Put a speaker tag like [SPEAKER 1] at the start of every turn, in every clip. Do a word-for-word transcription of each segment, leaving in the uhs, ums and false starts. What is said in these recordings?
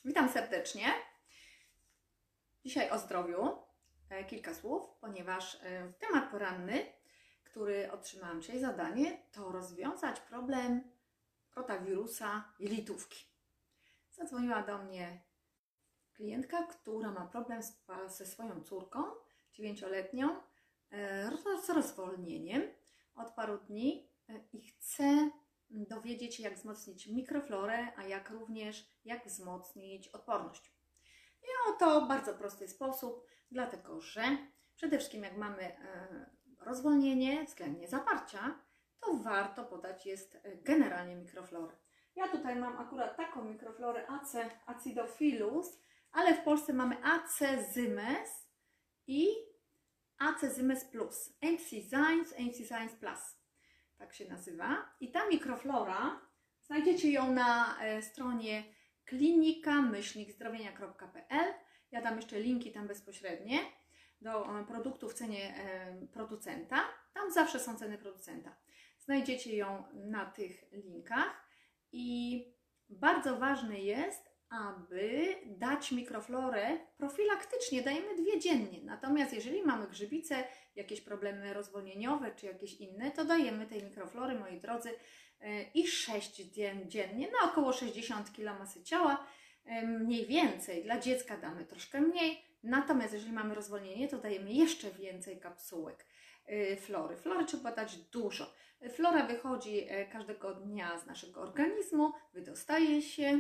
[SPEAKER 1] Witam serdecznie. Dzisiaj o zdrowiu kilka słów, ponieważ temat poranny, który otrzymałam dzisiaj zadanie, to rozwiązać problem rotawirusa jelitówki. Zadzwoniła do mnie klientka, która ma problem ze swoją córką dziewięcioletnią z rozwolnieniem od paru dni i chce dowiedzieć się, jak wzmocnić mikroflorę, a jak również jak wzmocnić odporność. I oto bardzo prosty sposób, dlatego że przede wszystkim jak mamy rozwolnienie względnie zaparcia, to warto podać jest generalnie mikroflorę. Ja tutaj mam akurat taką mikroflorę A C acidophilus, ale w Polsce mamy A C zymes i A C zymes plus, Emphysines, Emphysines plus. Tak się nazywa. I ta mikroflora, znajdziecie ją na stronie klinika myślnik zdrowienia kropka p l. Ja dam jeszcze linki tam bezpośrednie do produktów w cenie producenta. Tam zawsze są ceny producenta. Znajdziecie ją na tych linkach i bardzo ważne jest, aby dać mikroflorę profilaktycznie, dajemy dwie dziennie. Natomiast jeżeli mamy grzybice, jakieś problemy rozwolnieniowe czy jakieś inne, to dajemy tej mikroflory, moi drodzy, i sześć dziennie, na około sześćdziesiąt kilogramów masy ciała, mniej więcej. Dla dziecka damy troszkę mniej, natomiast jeżeli mamy rozwolnienie, to dajemy jeszcze więcej kapsułek flory. Flory trzeba dać dużo. Flora wychodzi każdego dnia z naszego organizmu, wydostaje się,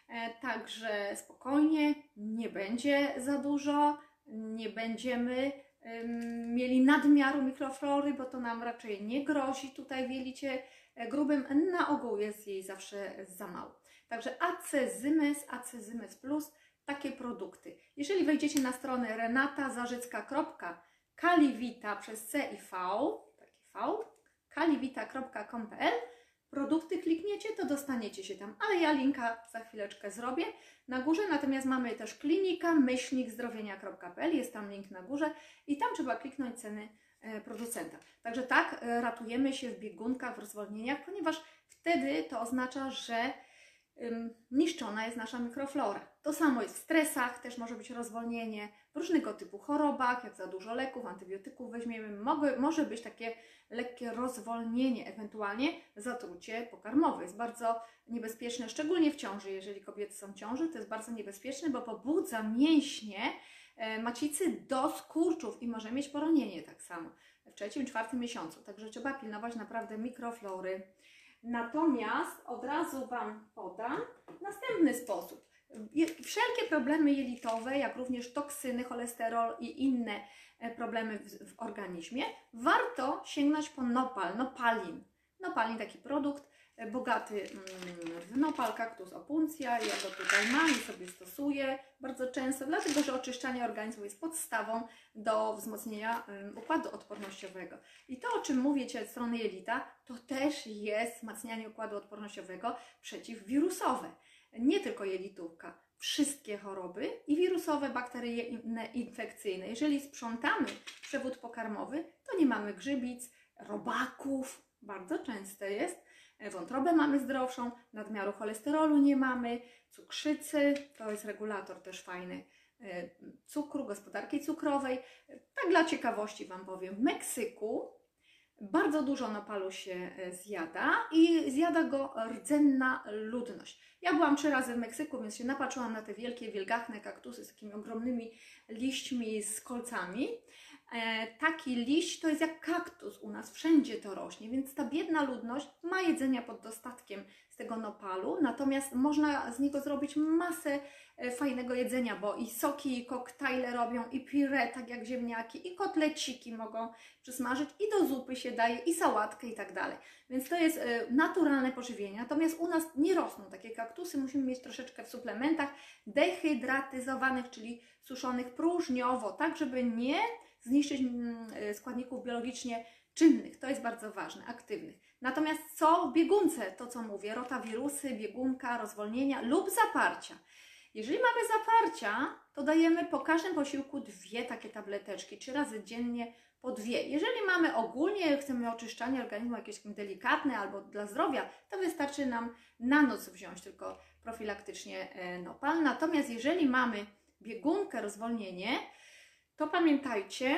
[SPEAKER 1] także spokojnie, nie będzie za dużo, nie będziemy mieli nadmiaru mikroflory, bo to nam raczej nie grozi tutaj w jelicie grubym, na ogół jest jej zawsze za mało. Także A C zymes, A C zymes plus, takie produkty. Jeżeli wejdziecie na stronę renata zarzycka kropka kalivita przez C i V, taki V, kalivita kropka com kropka p l, produkty klikniecie, to dostaniecie się tam, ale ja linka za chwileczkę zrobię na górze, natomiast mamy też klinika myślnik zdrowienia kropka p l, jest tam link na górze i tam trzeba kliknąć ceny producenta. Także tak ratujemy się w biegunkach, w rozwolnieniach, ponieważ wtedy to oznacza, że ym, niszczona jest nasza mikroflora. To samo jest w stresach, też może być rozwolnienie, w różnego typu chorobach, jak za dużo leków, antybiotyków weźmiemy, mogę, może być takie lekkie rozwolnienie, ewentualnie zatrucie pokarmowe. Jest bardzo niebezpieczne, szczególnie w ciąży, jeżeli kobiety są w ciąży, to jest bardzo niebezpieczne, bo pobudza mięśnie macicy do skurczów i może mieć poronienie tak samo w trzecim, czwartym miesiącu. Także trzeba pilnować naprawdę mikroflory. Natomiast od razu Wam podam następny sposób. Wszelkie problemy jelitowe, jak również toksyny, cholesterol i inne problemy w, w organizmie, warto sięgnąć po nopal, nopalin. Nopalin, taki produkt bogaty w nopal, cactus opuncia. Ja go tutaj mam i sobie stosuję bardzo często, dlatego że oczyszczanie organizmu jest podstawą do wzmocnienia układu odpornościowego. I to, o czym mówię Ci od strony jelita, to też jest wzmacnianie układu odpornościowego przeciwwirusowe. Nie tylko jelitówka, wszystkie choroby i wirusowe, bakteryjne, infekcyjne. Jeżeli sprzątamy przewód pokarmowy, to nie mamy grzybic, robaków, bardzo częste jest, wątrobę mamy zdrowszą, nadmiaru cholesterolu nie mamy, cukrzycy, to jest regulator też fajny, cukru, gospodarki cukrowej. Tak dla ciekawości Wam powiem, w Meksyku bardzo dużo nopalu się zjada i zjada go rdzenna ludność. Ja byłam trzy razy w Meksyku, więc się napatrzyłam na te wielkie, wielgachne kaktusy z takimi ogromnymi liśćmi z kolcami. E, taki liść to jest jak kaktus u nas, wszędzie to rośnie, więc ta biedna ludność ma jedzenia pod dostatkiem z tego nopalu, natomiast można z niego zrobić masę fajnego jedzenia, bo i soki, i koktajle robią, i pire, tak jak ziemniaki, i kotleciki mogą przysmażyć, i do zupy się daje, i sałatkę i tak dalej. Więc to jest naturalne pożywienie. Natomiast u nas nie rosną takie kaktusy, musimy mieć troszeczkę w suplementach dehydratyzowanych, czyli suszonych próżniowo, tak żeby nie zniszczyć składników biologicznie czynnych. To jest bardzo ważne, aktywnych. Natomiast co w biegunce, to co mówię, rotawirusy, biegunka, rozwolnienia lub zaparcia. Jeżeli mamy zaparcia, to dajemy po każdym posiłku dwie takie tableteczki, trzy razy dziennie po dwie. Jeżeli mamy ogólnie, chcemy oczyszczanie organizmu jakieś delikatne albo dla zdrowia, to wystarczy nam na noc wziąć tylko profilaktycznie Nopal. Natomiast jeżeli mamy biegunkę, rozwolnienie, to pamiętajcie,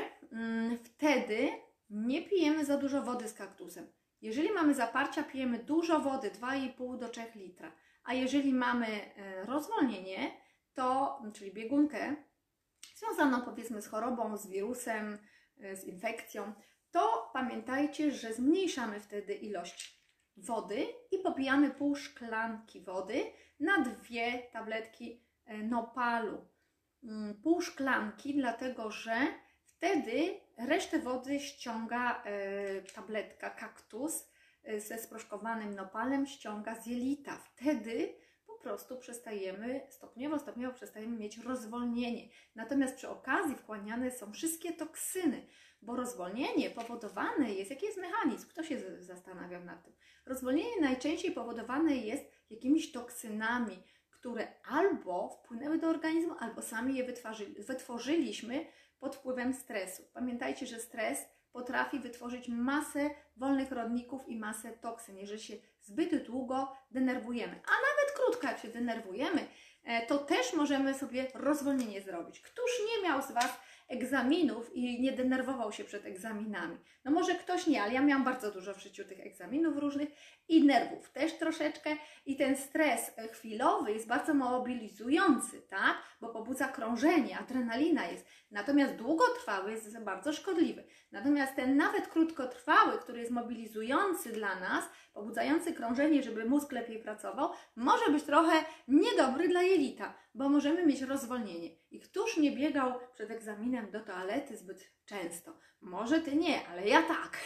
[SPEAKER 1] wtedy nie pijemy za dużo wody z kaktusem. Jeżeli mamy zaparcia, pijemy dużo wody, dwa i pół do trzech litra. A jeżeli mamy rozwolnienie, to, czyli biegunkę związaną powiedzmy z chorobą, z wirusem, z infekcją, to pamiętajcie, że zmniejszamy wtedy ilość wody i popijamy pół szklanki wody na dwie tabletki Nopalu. Pół szklanki, dlatego że wtedy resztę wody ściąga tabletka kaktus ze sproszkowanym Nopalem, ściąga z jelita. Wtedy po prostu przestajemy, stopniowo, stopniowo przestajemy mieć rozwolnienie. Natomiast przy okazji wchłaniane są wszystkie toksyny, bo rozwolnienie powodowane jest, jaki jest mechanizm? Kto się zastanawiał nad tym? Rozwolnienie najczęściej powodowane jest jakimiś toksynami, które albo wpłynęły do organizmu, albo sami je wytworzyli, wytworzyliśmy pod wpływem stresu. Pamiętajcie, że stres potrafi wytworzyć masę wolnych rodników i masę toksyn, jeżeli się zbyt długo denerwujemy. A nawet krótko, jak się denerwujemy, to też możemy sobie rozwolnienie zrobić. Któż nie miał z Was egzaminów i nie denerwował się przed egzaminami? No może ktoś nie, ale ja miałam bardzo dużo w życiu tych egzaminów różnych i nerwów też troszeczkę i ten stres chwilowy jest bardzo mobilizujący, tak? Bo pobudza krążenie, adrenalina jest. Natomiast długotrwały jest bardzo szkodliwy. Natomiast ten nawet krótkotrwały, który jest mobilizujący dla nas, pobudzający krążenie, żeby mózg lepiej pracował, może być trochę niedobry dla jelita, bo możemy mieć rozwolnienie. I któż nie biegał przed egzaminem do toalety zbyt często? Może Ty nie, ale ja tak.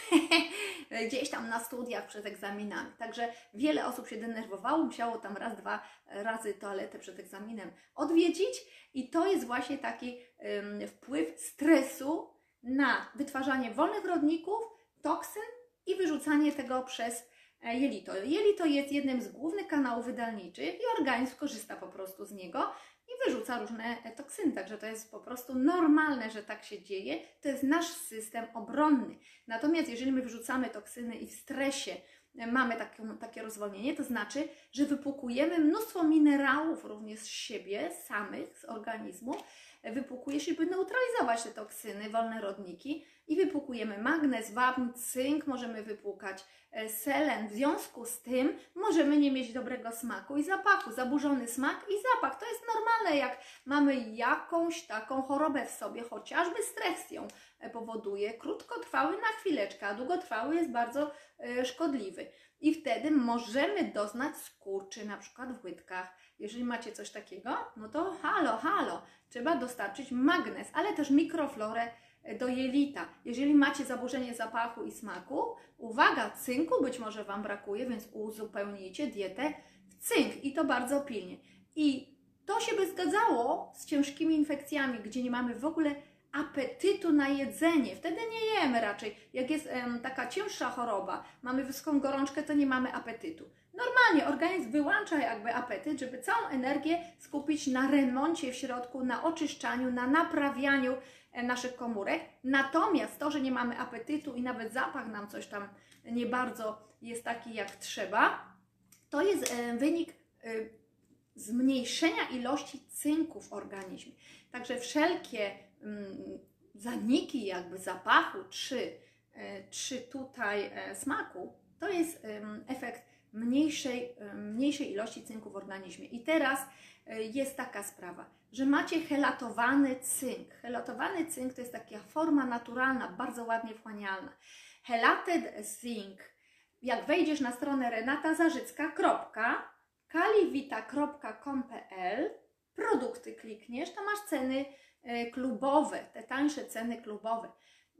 [SPEAKER 1] Gdzieś tam na studiach przed egzaminami. Także wiele osób się denerwowało, musiało tam raz, dwa razy toaletę przed egzaminem odwiedzić i to jest właśnie taki um, wpływ stresu na wytwarzanie wolnych rodników, toksyn i wyrzucanie tego przez jelito. Jelito jest jednym z głównych kanałów wydalniczych i organizm korzysta po prostu z niego i wyrzuca różne toksyny. Także to jest po prostu normalne, że tak się dzieje. To jest nasz system obronny. Natomiast jeżeli my wyrzucamy toksyny i w stresie mamy takie, takie rozwolnienie, to znaczy, że wypłukujemy mnóstwo minerałów również z siebie, samych, z organizmu. Wypłukuje się, by neutralizować te toksyny, wolne rodniki i wypłukujemy magnez, wapń, cynk, możemy wypłukać selen. W związku z tym możemy nie mieć dobrego smaku i zapachu, zaburzony smak i zapach. To jest normalne, jak mamy jakąś taką chorobę w sobie, chociażby stres ją powoduje. Krótkotrwały na chwileczkę, a długotrwały jest bardzo szkodliwy. I wtedy możemy doznać skurczy, na przykład w łydkach. Jeżeli macie coś takiego, no to halo, halo, trzeba dostarczyć magnez, ale też mikroflorę do jelita. Jeżeli macie zaburzenie zapachu i smaku, uwaga, cynku być może Wam brakuje, więc uzupełnijcie dietę w cynk i to bardzo pilnie. I to się by zgadzało z ciężkimi infekcjami, gdzie nie mamy w ogóle apetytu na jedzenie. Wtedy nie jemy raczej. Jak jest em, taka cięższa choroba, mamy wysoką gorączkę, to nie mamy apetytu. Normalnie organizm wyłącza jakby apetyt, żeby całą energię skupić na remoncie w środku, na oczyszczaniu, na naprawianiu e, naszych komórek. Natomiast to, że nie mamy apetytu i nawet zapach nam coś tam nie bardzo jest taki jak trzeba, to jest e, wynik e, zmniejszenia ilości cynku w organizmie. Także wszelkie mm, zaniki jakby zapachu czy, e, czy tutaj e, smaku, to jest e, efekt mniejszej, mniejszej ilości cynku w organizmie. I teraz jest taka sprawa, że macie helatowany cynk. Helatowany cynk to jest taka forma naturalna, bardzo ładnie wchłanialna. Helated zinc, jak wejdziesz na stronę renata zarzycka kropka kalivita kropka com kropka p l, produkty klikniesz, to masz ceny klubowe, te tańsze ceny klubowe.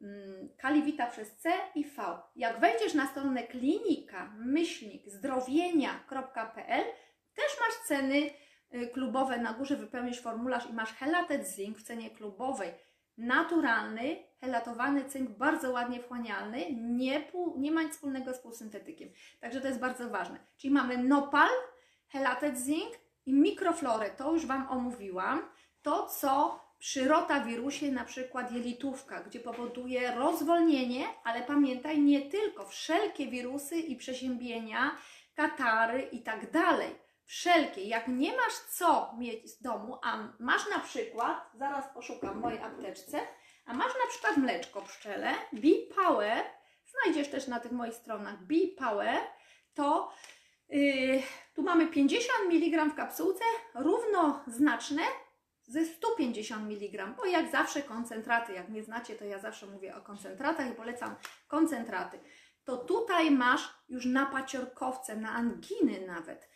[SPEAKER 1] Kalivita przez C i V. Jak wejdziesz na stronę klinika myślnik zdrowienia kropka p l, też masz ceny klubowe. Na górze wypełnisz formularz i masz helated zinc w cenie klubowej. Naturalny, helatowany cynk, bardzo ładnie wchłanialny, nie, pół, nie ma nic wspólnego z półsyntetykiem. Także to jest bardzo ważne. Czyli mamy Nopal, helated zinc i mikroflorę. To już Wam omówiłam. To, co przy rotawirusie na przykład jelitówka, gdzie powoduje rozwolnienie, ale pamiętaj, nie tylko, wszelkie wirusy i przeziębienia, katary i tak dalej. Wszelkie. Jak nie masz co mieć z domu, a masz na przykład, zaraz poszukam w mojej apteczce, a masz na przykład mleczko pszczele, Bee Power, znajdziesz też na tych moich stronach Bee Power, to yy, tu mamy pięćdziesiąt miligramów w kapsułce, równoznaczne ze sto pięćdziesiąt miligramów, bo jak zawsze koncentraty, jak mnie znacie, to ja zawsze mówię o koncentratach i polecam koncentraty. To tutaj masz już na paciorkowce, na anginy nawet,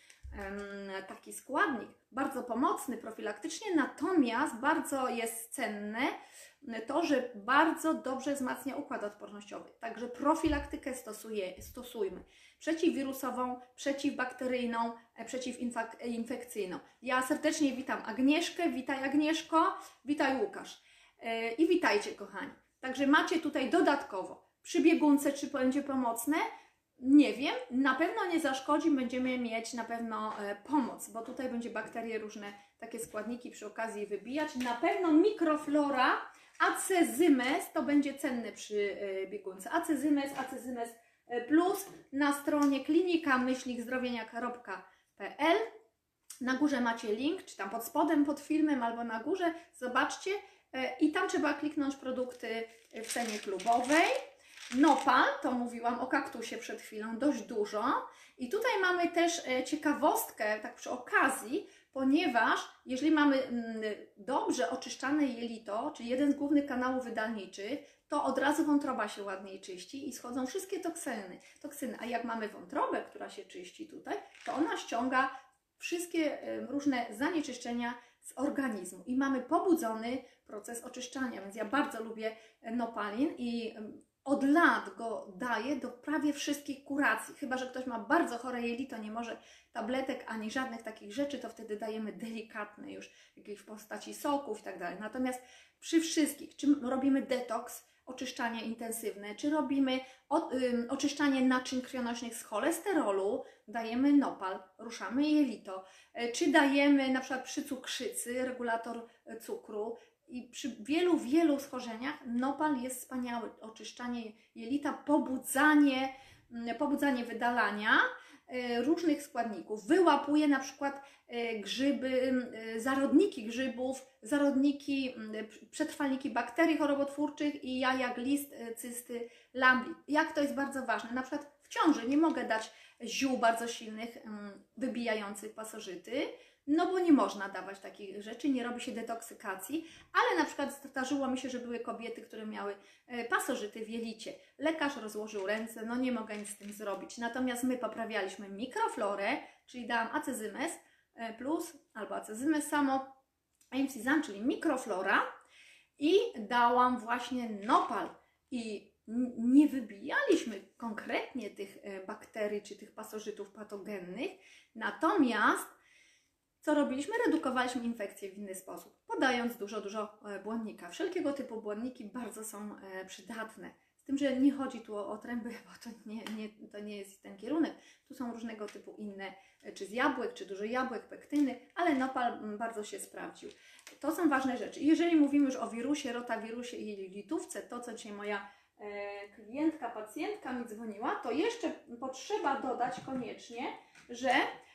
[SPEAKER 1] taki składnik, bardzo pomocny profilaktycznie, natomiast bardzo jest cenne to, że bardzo dobrze wzmacnia układ odpornościowy. Także profilaktykę stosuje, stosujmy. Przeciwwirusową, przeciwbakteryjną, przeciwinfekcyjną. Ja serdecznie witam Agnieszkę, witaj Agnieszko, witaj Łukasz i witajcie kochani. Także macie tutaj dodatkowo przy biegunce, czy będzie pomocne? Nie wiem, na pewno nie zaszkodzi, będziemy mieć na pewno e, pomoc, bo tutaj będzie bakterie, różne takie składniki przy okazji wybijać. Na pewno mikroflora, acezymes to będzie cenne przy e, biegunce. Acezymes, acezymes plus na stronie klinika myślnik zdrowienia kropka p l. Na górze macie link, czy tam pod spodem, pod filmem albo na górze, zobaczcie e, i tam trzeba kliknąć produkty w cenie klubowej. Nopal, to mówiłam o kaktusie przed chwilą, dość dużo. I tutaj mamy też ciekawostkę, tak przy okazji, ponieważ jeżeli mamy dobrze oczyszczane jelito, czyli jeden z głównych kanałów wydalniczych, to od razu wątroba się ładniej czyści i schodzą wszystkie toksyny. toksyny. A jak mamy wątrobę, która się czyści tutaj, to ona ściąga wszystkie różne zanieczyszczenia z organizmu i mamy pobudzony proces oczyszczania, więc ja bardzo lubię Nopalin i od lat go daję do prawie wszystkich kuracji. Chyba że ktoś ma bardzo chore jelito, nie może tabletek ani żadnych takich rzeczy, to wtedy dajemy delikatne już, jakieś w postaci soków i tak dalej. Natomiast przy wszystkich, czy robimy detoks, oczyszczanie intensywne, czy robimy o, ym, oczyszczanie naczyń krwionośnych z cholesterolu, dajemy Nopal, ruszamy jelito, y, czy dajemy na przykład przy cukrzycy, regulator cukru. I przy wielu, wielu schorzeniach Nopal jest wspaniały. Oczyszczanie jelita, pobudzanie, pobudzanie wydalania różnych składników. Wyłapuje na przykład grzyby, zarodniki grzybów, zarodniki, przetrwalniki bakterii chorobotwórczych i jaja glist, cysty, lambli. Jak to jest bardzo ważne. Na przykład w ciąży nie mogę dać ziół bardzo silnych, wybijających pasożyty, no bo nie można dawać takich rzeczy, nie robi się detoksykacji, ale na przykład zdarzyło mi się, że były kobiety, które miały pasożyty w jelicie. Lekarz rozłożył ręce, no nie mogę nic z tym zrobić. Natomiast my poprawialiśmy mikroflorę, czyli dałam acezymes plus albo acezymes samo, emcizan, czyli mikroflora i dałam właśnie Nopal i nie wybijaliśmy konkretnie tych bakterii czy tych pasożytów patogennych, natomiast co robiliśmy? Redukowaliśmy infekcje w inny sposób, podając dużo, dużo błonnika. Wszelkiego typu błonniki bardzo są przydatne. Z tym, że nie chodzi tu o otręby, bo to nie, nie, to nie jest ten kierunek. Tu są różnego typu inne, czy z jabłek, czy dużo jabłek, pektyny, ale Nopal bardzo się sprawdził. To są ważne rzeczy. Jeżeli mówimy już o wirusie, rotawirusie i jelitówce, to co dzisiaj moja e, klientka, pacjentka mi dzwoniła, to jeszcze potrzeba dodać koniecznie, że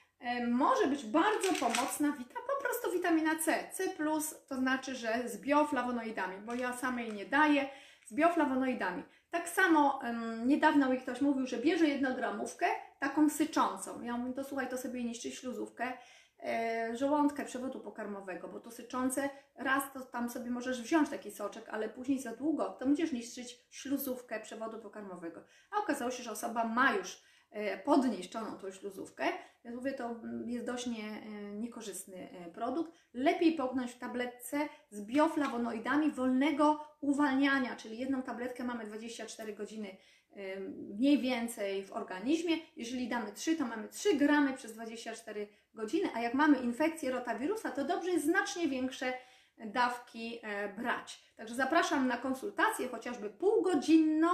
[SPEAKER 1] może być bardzo pomocna wita, po prostu witamina C. C plus to znaczy, że z bioflawonoidami, bo ja samej nie daję, z bioflawonoidami. Tak samo um, niedawno mi ktoś mówił, że bierze jednogramówkę, taką syczącą. Ja mówię, to słuchaj, to sobie niszczy śluzówkę, e, żołądkę przewodu pokarmowego, bo to syczące, raz to tam sobie możesz wziąć taki soczek, ale później za długo to będziesz niszczyć śluzówkę przewodu pokarmowego. A okazało się, że osoba ma już podniszczoną tą śluzówkę, więc mówię, to jest dość nie, niekorzystny produkt. Lepiej połknąć w tabletce z bioflawonoidami wolnego uwalniania, czyli jedną tabletkę mamy dwadzieścia cztery godziny mniej więcej w organizmie. Jeżeli damy trzy, to mamy trzy gramy przez dwadzieścia cztery godziny, a jak mamy infekcję rotawirusa, to dobrze jest znacznie większe dawki brać. Także zapraszam na konsultację, chociażby półgodzinną.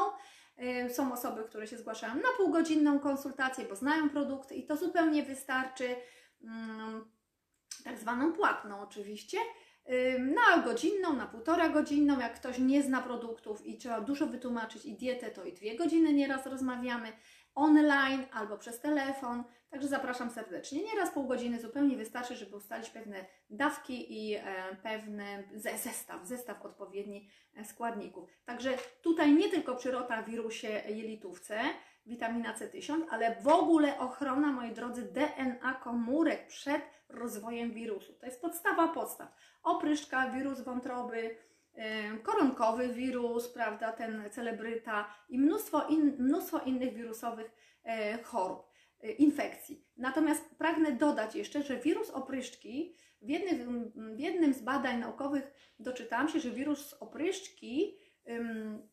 [SPEAKER 1] Są osoby, które się zgłaszają na półgodzinną konsultację, bo znają produkty i to zupełnie wystarczy, tak zwaną płatną oczywiście. na godzinną, na półtora godzinną. Jak ktoś nie zna produktów i trzeba dużo wytłumaczyć i dietę, to i dwie godziny nieraz rozmawiamy online albo przez telefon. Także zapraszam serdecznie. Nieraz pół godziny zupełnie wystarczy, żeby ustalić pewne dawki i e, pewny zestaw, zestaw odpowiedni składników. Także tutaj nie tylko przy rotawirusie, jelitówce, witamina C tysiąc, ale w ogóle ochrona, moi drodzy, D N A komórek przed rozwojem wirusu. To jest podstawa podstaw. Opryszczka, wirus wątroby, koronkowy wirus, prawda, ten celebryta i mnóstwo, in, mnóstwo innych wirusowych chorób, infekcji. Natomiast pragnę dodać jeszcze, że wirus opryszczki, w jednym, w jednym z badań naukowych doczytałam się, że wirus opryszczki um,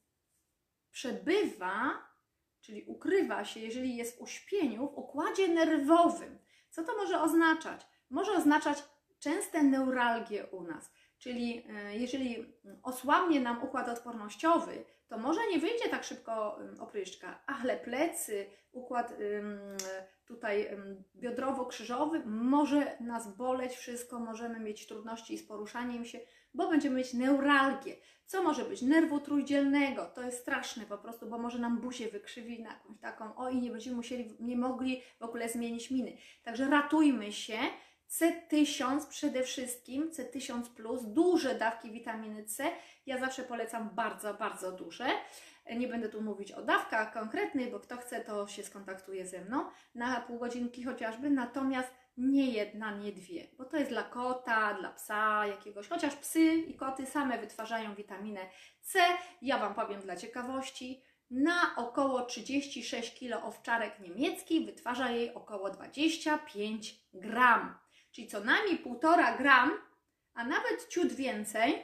[SPEAKER 1] przebywa, czyli ukrywa się, jeżeli jest w uśpieniu, w układzie nerwowym. Co to może oznaczać? Może oznaczać częste neuralgie u nas. Czyli jeżeli osłabnie nam układ odpornościowy, to może nie wyjdzie tak szybko opryszczka, ale plecy, układ tutaj biodrowo-krzyżowy może nas boleć wszystko, możemy mieć trudności z poruszaniem się, bo będziemy mieć neuralgię. Co może być? Nerwu trójdzielnego. To jest straszne po prostu, bo może nam buzię wykrzywi na jakąś taką, o i nie będziemy musieli, nie mogli w ogóle zmienić miny. Także ratujmy się. C tysiąc przede wszystkim, C tysiąc plus, duże dawki witaminy C. Ja zawsze polecam bardzo, bardzo duże. Nie będę tu mówić o dawkach konkretnych, bo kto chce, to się skontaktuje ze mną na pół godzinki chociażby, natomiast nie jedna, nie dwie, bo to jest dla kota, dla psa jakiegoś, chociaż psy i koty same wytwarzają witaminę C. Ja Wam powiem dla ciekawości, na około trzydzieści sześć kilo owczarek niemiecki wytwarza jej około dwadzieścia pięć gram. Czyli co najmniej półtora gram, a nawet ciut więcej,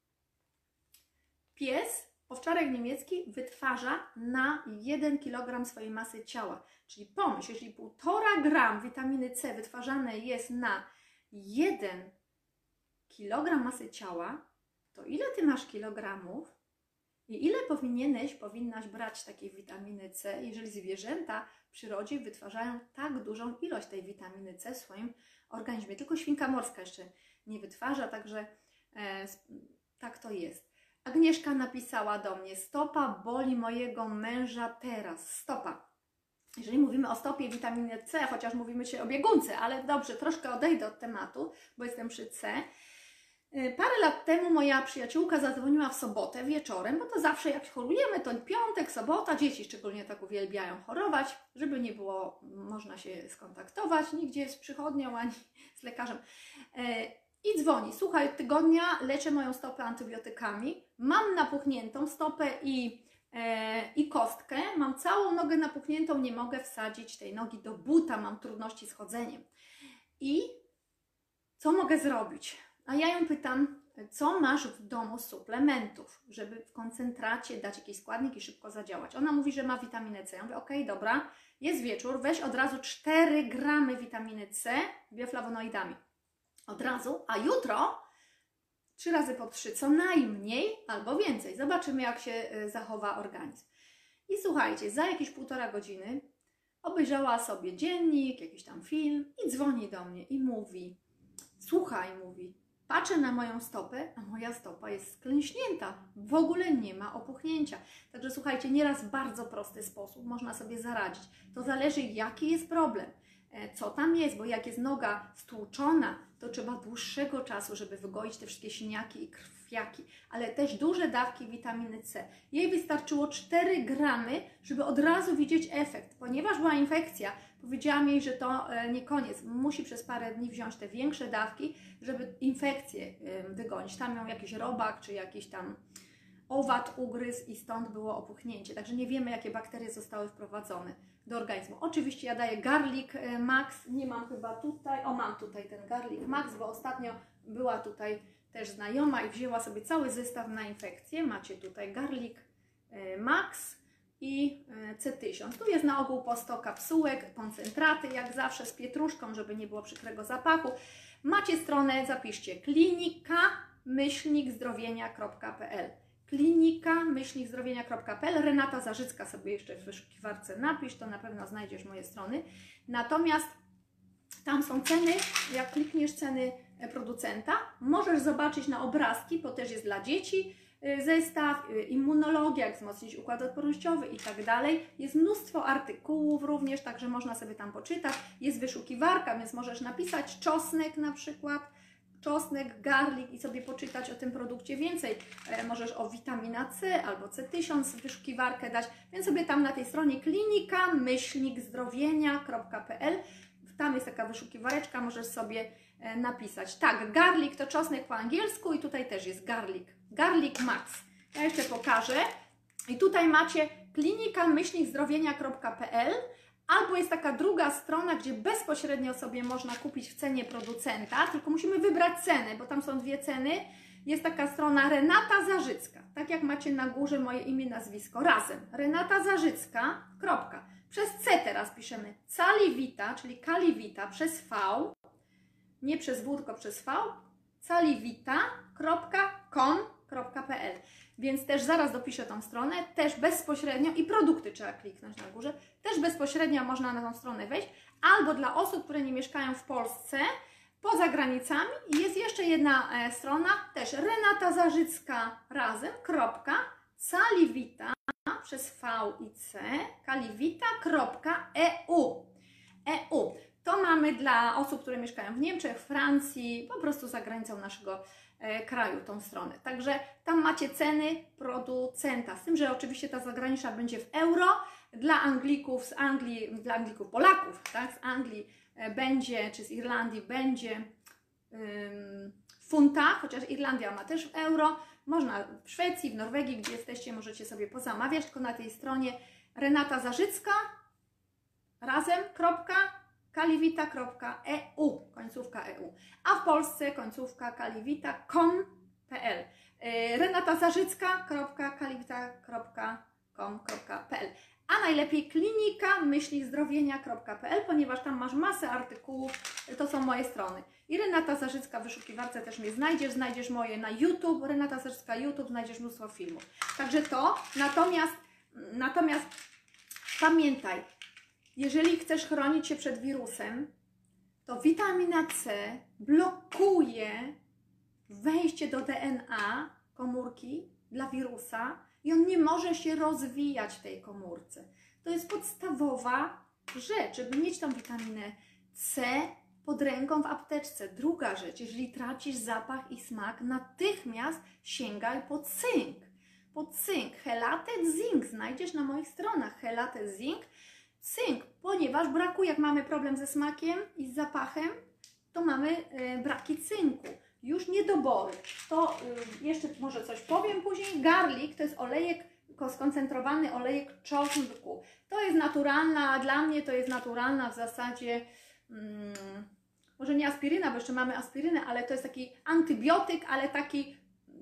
[SPEAKER 1] pies, owczarek niemiecki, wytwarza na jeden kilogram swojej masy ciała. Czyli pomyśl, jeśli półtora gram witaminy C wytwarzane jest na jeden kilogram masy ciała, to ile Ty masz kilogramów i ile powinieneś, powinnaś brać takiej witaminy C, jeżeli zwierzęta w przyrodzie wytwarzają tak dużą ilość tej witaminy C w swoim organizmie. Tylko świnka morska jeszcze nie wytwarza, także e, tak to jest. Agnieszka napisała do mnie: stopa boli mojego męża teraz. Stopa. Jeżeli mówimy o stopie witaminy C, chociaż mówimy się o biegunce, ale dobrze, troszkę odejdę od tematu, bo jestem przy C. Parę lat temu moja przyjaciółka zadzwoniła w sobotę wieczorem, bo to zawsze jak chorujemy, to piątek, sobota, dzieci szczególnie tak uwielbiają chorować, żeby nie było, można się skontaktować nigdzie z przychodnią ani z lekarzem. I dzwoni: słuchaj, od tygodnia leczę moją stopę antybiotykami, mam napuchniętą stopę i, e, i kostkę, mam całą nogę napuchniętą, nie mogę wsadzić tej nogi do buta, mam trudności z chodzeniem. I co mogę zrobić? A ja ją pytam, co masz w domu z suplementów, żeby w koncentracie dać jakiś składnik i szybko zadziałać. Ona mówi, że ma witaminę C. Ja mówię: okej, okay, dobra, jest wieczór, weź od razu cztery gramy witaminy C bioflawonoidami. Od razu, a jutro trzy razy po trzy, co najmniej, albo więcej. Zobaczymy, jak się zachowa organizm. I słuchajcie, za jakieś półtora godziny obejrzała sobie dziennik, jakiś tam film i dzwoni do mnie i mówi: słuchaj, mówi, patrzę na moją stopę, a moja stopa jest sklęśnięta. W ogóle nie ma opuchnięcia. Także słuchajcie, nieraz w bardzo prosty sposób można sobie zaradzić. To zależy, jaki jest problem, co tam jest, bo jak jest noga stłuczona, to trzeba dłuższego czasu, żeby wygoić te wszystkie siniaki i krwiaki, ale też duże dawki witaminy C. Jej wystarczyło cztery gramy, żeby od razu widzieć efekt. Ponieważ była infekcja, powiedziałam jej, że to nie koniec. Musi przez parę dni wziąć te większe dawki, żeby infekcję wygonić. Tam ją jakiś robak, czy jakiś tam owad ugryzł i stąd było opuchnięcie. Także nie wiemy, jakie bakterie zostały wprowadzone do organizmu. Oczywiście ja daję Garlic Max, nie mam chyba tutaj, o mam tutaj ten Garlic Max, bo ostatnio była tutaj też znajoma i wzięła sobie cały zestaw na infekcję. Macie tutaj Garlic Max i C tysiąc. Tu jest na ogół po sto kapsułek, koncentraty jak zawsze z pietruszką, żeby nie było przykrego zapachu. Macie stronę, zapiszcie klinika myślnik zdrowienia kropka p l. klinika myślnik zdrowienia kropka p l. Renata Zarzycka sobie jeszcze w wyszukiwarce napisz, to na pewno znajdziesz moje strony. Natomiast Tam są ceny, jak klikniesz ceny producenta, możesz zobaczyć na obrazki, bo też jest dla dzieci zestaw, immunologia, jak wzmocnić układ odpornościowy i tak dalej. Jest mnóstwo artykułów również, także można sobie tam poczytać. Jest wyszukiwarka, więc możesz napisać czosnek na przykład, czosnek, garlic i sobie poczytać o tym produkcie więcej. E, możesz o witamina C albo C tysiąc wyszukiwarkę dać, więc sobie tam na tej stronie klinika myślnik zdrowienia kropka p l, tam jest taka wyszukiwareczka, możesz sobie e, napisać. Tak, garlic to czosnek po angielsku i tutaj też jest garlic. Garlic Max. Ja jeszcze pokażę. I tutaj macie klinika myślnik zdrowienia kropka p l, albo jest taka druga strona, gdzie bezpośrednio sobie można kupić w cenie producenta, tylko musimy wybrać cenę, bo tam są dwie ceny. Jest taka strona Renata Zarzycka, tak jak macie na górze moje imię, nazwisko, razem. Renata Zarzycka, kropka. Przez C teraz piszemy Calivita, czyli Calivita przez V, nie przez W, tylko przez V, calivita kropka com kropka p l. Więc też zaraz dopiszę tą stronę, też bezpośrednio i produkty trzeba kliknąć na górze, też bezpośrednio można na tą stronę wejść, albo dla osób, które nie mieszkają w Polsce, poza granicami jest jeszcze jedna e, strona, też Renata Zarzycka razem, kropka, calivita przez V i C, calivita kropka e u. E U. To mamy dla osób, które mieszkają w Niemczech, Francji, po prostu za granicą naszego e, kraju tą stronę. Także tam macie ceny producenta, z tym, że oczywiście ta zagraniczna będzie w euro, dla Anglików z Anglii, dla Anglików, Polaków, tak, z Anglii e, będzie, czy z Irlandii będzie ym, w funtach, chociaż Irlandia ma też w euro. Można w Szwecji, w Norwegii, gdzie jesteście, możecie sobie pozamawiać, tylko na tej stronie Renata Zarzycka razem, kropka, calivita kropka e u, końcówka E U, a w Polsce końcówka calivita kropka com kropka p l, renata zarzycka kropka calivita kropka com kropka p l, a najlepiej klinika myślnik zdrowienia kropka p l, ponieważ tam masz masę artykułów, to są moje strony. I Renata Zarzycka w wyszukiwarce też mnie znajdziesz, znajdziesz moje na YouTube, Renata Zarzycka YouTube, znajdziesz mnóstwo filmów. Także to, natomiast, natomiast pamiętaj, jeżeli chcesz chronić się przed wirusem, to witamina C blokuje wejście do D N A komórki dla wirusa i on nie może się rozwijać w tej komórce. To jest podstawowa rzecz, żeby mieć tą witaminę C pod ręką w apteczce. Druga rzecz, jeżeli tracisz zapach i smak, natychmiast sięgaj po cynk. Po cynk. Chelated zinc znajdziesz na moich stronach. Chelated zinc. Cynk, ponieważ brakuje, jak mamy problem ze smakiem i z zapachem, to mamy y, braki cynku. Już niedobory. To y, jeszcze może coś powiem później. Garlic to jest olejek, skoncentrowany olejek czosnku. To jest naturalna, dla mnie to jest naturalna w zasadzie, mm, może nie aspiryna, bo jeszcze mamy aspirynę, ale to jest taki antybiotyk, ale taki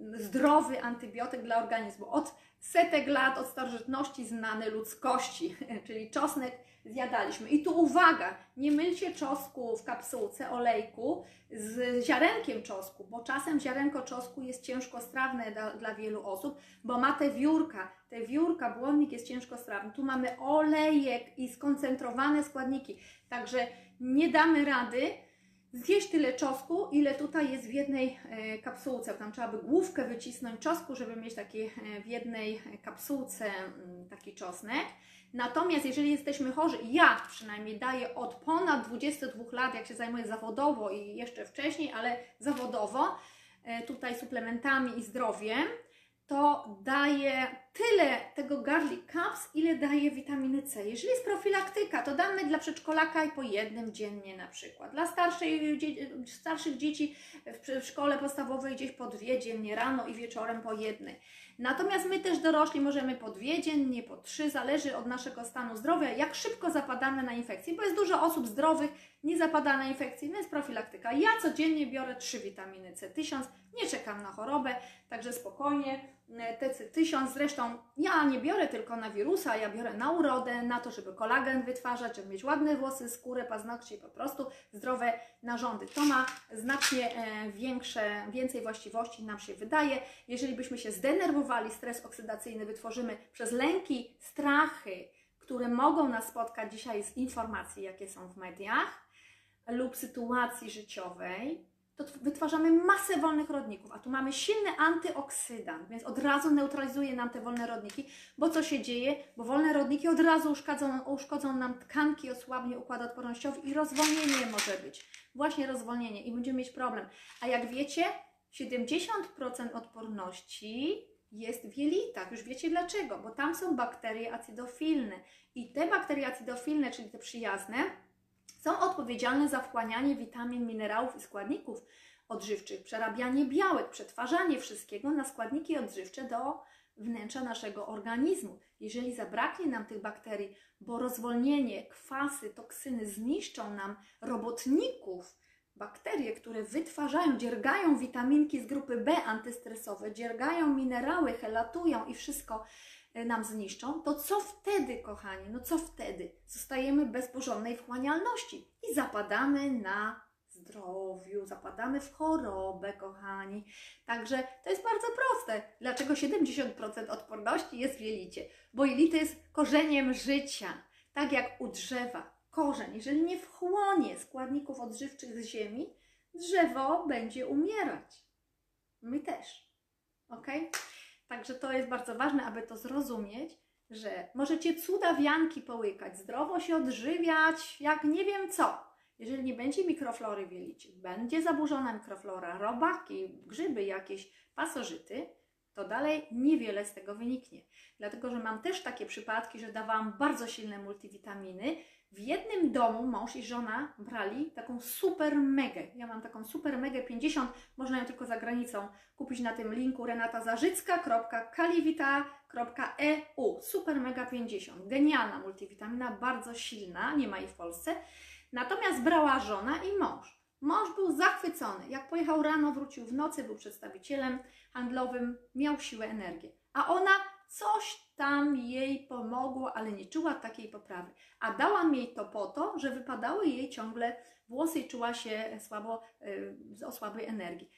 [SPEAKER 1] zdrowy antybiotyk dla organizmu. Od setek lat, od starożytności znany ludzkości, czyli czosnek zjadaliśmy. I tu uwaga, nie mylcie czosnku w kapsułce, olejku z ziarenkiem czosnku, bo czasem ziarenko czosnku jest ciężkostrawne dla, dla wielu osób, bo ma te wiórka, te wiórka, błonnik jest ciężkostrawny. Tu mamy olejek i skoncentrowane składniki, także nie damy rady zjeść tyle czosnku, ile tutaj jest w jednej e, kapsułce. Tam trzeba by główkę wycisnąć czosnku, żeby mieć taki, e, w jednej kapsułce m, taki czosnek. Natomiast jeżeli jesteśmy chorzy, ja przynajmniej daję od ponad dwudziestu dwóch lat, jak się zajmuję zawodowo i jeszcze wcześniej, ale zawodowo, e, tutaj suplementami i zdrowiem, to daje tyle tego garlic caps, ile daje witaminy C. Jeżeli jest profilaktyka, to damy dla przedszkolaka i po jednym dziennie na przykład. Dla starszej, starszych dzieci w szkole podstawowej gdzieś po dwie dziennie, rano i wieczorem po jednej. Natomiast my też dorośli możemy po dwie dziennie, po trzy, zależy od naszego stanu zdrowia, jak szybko zapadamy na infekcje, bo jest dużo osób zdrowych, nie zapada na infekcje, więc profilaktyka. Ja codziennie biorę trzy witaminy C tysiąc, nie czekam na chorobę, także spokojnie. T C tysiąc, zresztą ja nie biorę tylko na wirusa, ja biorę na urodę, na to, żeby kolagen wytwarzać, żeby mieć ładne włosy, skórę, paznokcie i po prostu zdrowe narządy. To ma znacznie e, większe, więcej właściwości, nam się wydaje. Jeżeli byśmy się zdenerwowali, stres oksydacyjny wytworzymy przez lęki, strachy, które mogą nas spotkać dzisiaj z informacji, jakie są w mediach, lub sytuacji życiowej, to wytwarzamy masę wolnych rodników, a tu mamy silny antyoksydant, więc od razu neutralizuje nam te wolne rodniki, bo co się dzieje? Bo wolne rodniki od razu uszkodzą, uszkodzą nam tkanki, osłabnie układ odpornościowy i rozwolnienie może być. Właśnie rozwolnienie i będziemy mieć problem. A jak wiecie, siedemdziesiąt procent odporności jest w jelitach. Już wiecie dlaczego, bo tam są bakterie acydofilne i te bakterie acydofilne, czyli te przyjazne, są odpowiedzialne za wchłanianie witamin, minerałów i składników odżywczych, przerabianie białek, przetwarzanie wszystkiego na składniki odżywcze do wnętrza naszego organizmu. Jeżeli zabraknie nam tych bakterii, bo rozwolnienie, kwasy, toksyny zniszczą nam robotników, bakterie, które wytwarzają, dziergają witaminki z grupy B antystresowe, dziergają minerały, helatują i wszystko nam zniszczą, to co wtedy, kochani? No co wtedy? Zostajemy bez porządnej wchłanialności i zapadamy na zdrowiu, zapadamy w chorobę, kochani. Także to jest bardzo proste. Dlaczego siedemdziesiąt procent odporności jest w jelicie? Bo jelito jest korzeniem życia. Tak jak u drzewa. Korzeń, jeżeli nie wchłonie składników odżywczych z ziemi, drzewo będzie umierać. My też. Ok? Także to jest bardzo ważne, aby to zrozumieć, że możecie cudawianki połykać, zdrowo się odżywiać, jak nie wiem co. Jeżeli nie będzie mikroflory w jelicie, będzie zaburzona mikroflora, robaki, grzyby jakieś, pasożyty, to dalej niewiele z tego wyniknie. Dlatego, że mam też takie przypadki, że dawałam bardzo silne multivitaminy. W jednym domu mąż i żona brali taką super megę. Ja mam taką super megę pięćdziesiąt, można ją tylko za granicą kupić na tym linku renatazarzycka kropka kalivita kropka e u. Super mega pięćdziesiąt. Genialna multivitamina, bardzo silna, nie ma jej w Polsce. Natomiast brała żona i mąż. Mąż był zachwycony. Jak pojechał rano, wrócił w nocy, był przedstawicielem handlowym, miał siłę, energię. A ona coś tam jej pomogło, ale nie czuła takiej poprawy. A dałam jej to po to, że wypadały jej ciągle włosy i czuła się słabo, yy, o słabej energii.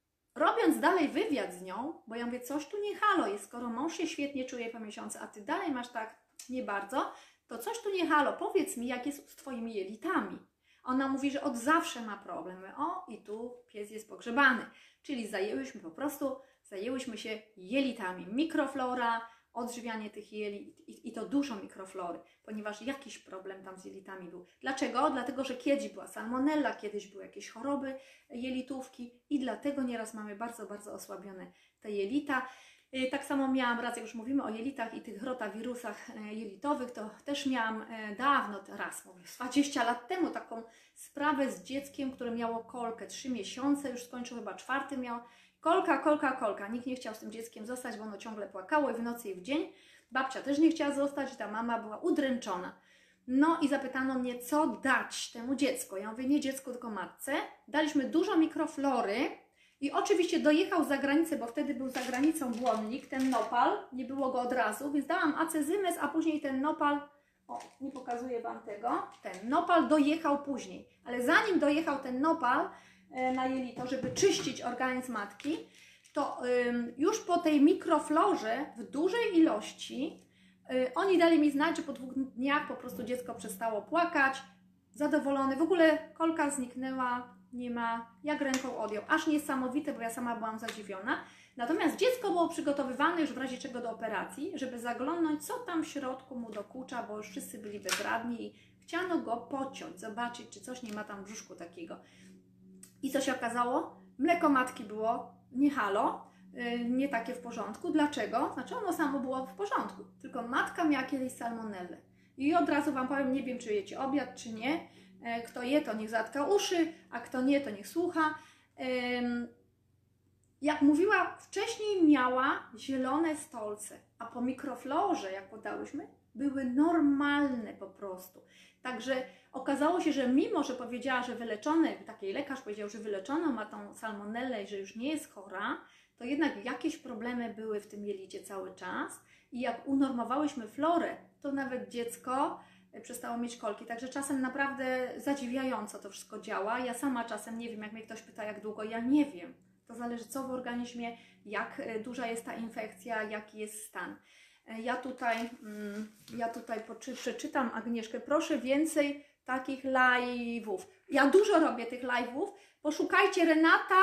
[SPEAKER 1] Robiąc dalej wywiad z nią, bo ja mówię, coś tu nie halo jest, skoro mąż się świetnie czuje po miesiącu, a ty dalej masz tak nie bardzo, to coś tu nie halo, powiedz mi, jak jest z twoimi jelitami. Ona mówi, że od zawsze ma problemy. O, i tu pies jest pogrzebany. Czyli zajęłyśmy po prostu, zajęłyśmy się jelitami. Mikroflora, odżywianie tych jelit i, i to dużo mikroflory, ponieważ jakiś problem tam z jelitami był. Dlaczego? Dlatego, że kiedyś była salmonella, kiedyś były jakieś choroby jelitówki i dlatego nieraz mamy bardzo, bardzo osłabione te jelita. Tak samo miałam raz, jak już mówimy o jelitach i tych rotawirusach jelitowych, to też miałam dawno, raz mówię, dwadzieścia lat temu taką sprawę z dzieckiem, które miało kolkę, trzy miesiące, już skończył chyba czwarty miał. Kolka, kolka, kolka. Nikt nie chciał z tym dzieckiem zostać, bo ono ciągle płakało i w nocy i w dzień. Babcia też nie chciała zostać, ta mama była udręczona. No i zapytano mnie, co dać temu dziecku. Ja mówię, nie dziecku, tylko matce. Daliśmy dużo mikroflory i oczywiście dojechał za granicę, bo wtedy był za granicą błonnik, ten nopal, nie było go od razu, więc dałam acezymes, a później ten nopal, o, nie pokazuję Wam tego, ten nopal dojechał później. Ale zanim dojechał ten nopal na jelito, żeby czyścić organizm matki, to ym, już po tej mikroflorze w dużej ilości yy, oni dali mi znać, że po dwóch dniach po prostu dziecko przestało płakać, zadowolone, w ogóle kolka zniknęła, nie ma, jak ręką odjął. Aż niesamowite, bo ja sama byłam zadziwiona. Natomiast dziecko było przygotowywane już w razie czego do operacji, żeby zaglądnąć, co tam w środku mu dokucza, bo już wszyscy byli bezradni i chciano go pociąć, zobaczyć, czy coś nie ma tam w brzuszku takiego. I co się okazało? Mleko matki było nie halo, yy, nie takie w porządku. Dlaczego? Znaczy ono samo było w porządku, tylko matka miała kiedyś salmonellę. I od razu Wam powiem, nie wiem, czy jecie obiad, czy nie. Yy, kto je, to niech zatka uszy, a kto nie, to niech słucha. Yy, jak mówiła, wcześniej miała zielone stolce, a po mikroflorze, jak podałyśmy, były normalne po prostu. Także okazało się, że mimo, że powiedziała, że wyleczony, taki lekarz powiedział, że wyleczono ma tą salmonellę i że już nie jest chora, to jednak jakieś problemy były w tym jelicie cały czas i jak unormowałyśmy florę, to nawet dziecko przestało mieć kolki. Także czasem naprawdę zadziwiająco to wszystko działa. Ja sama czasem nie wiem, jak mnie ktoś pyta, jak długo, ja nie wiem. To zależy, co w organizmie, jak duża jest ta infekcja, jaki jest stan. Ja tutaj, ja tutaj przeczytam, Agnieszkę, proszę więcej takich live'ów. Ja dużo robię tych live'ów. Poszukajcie Renata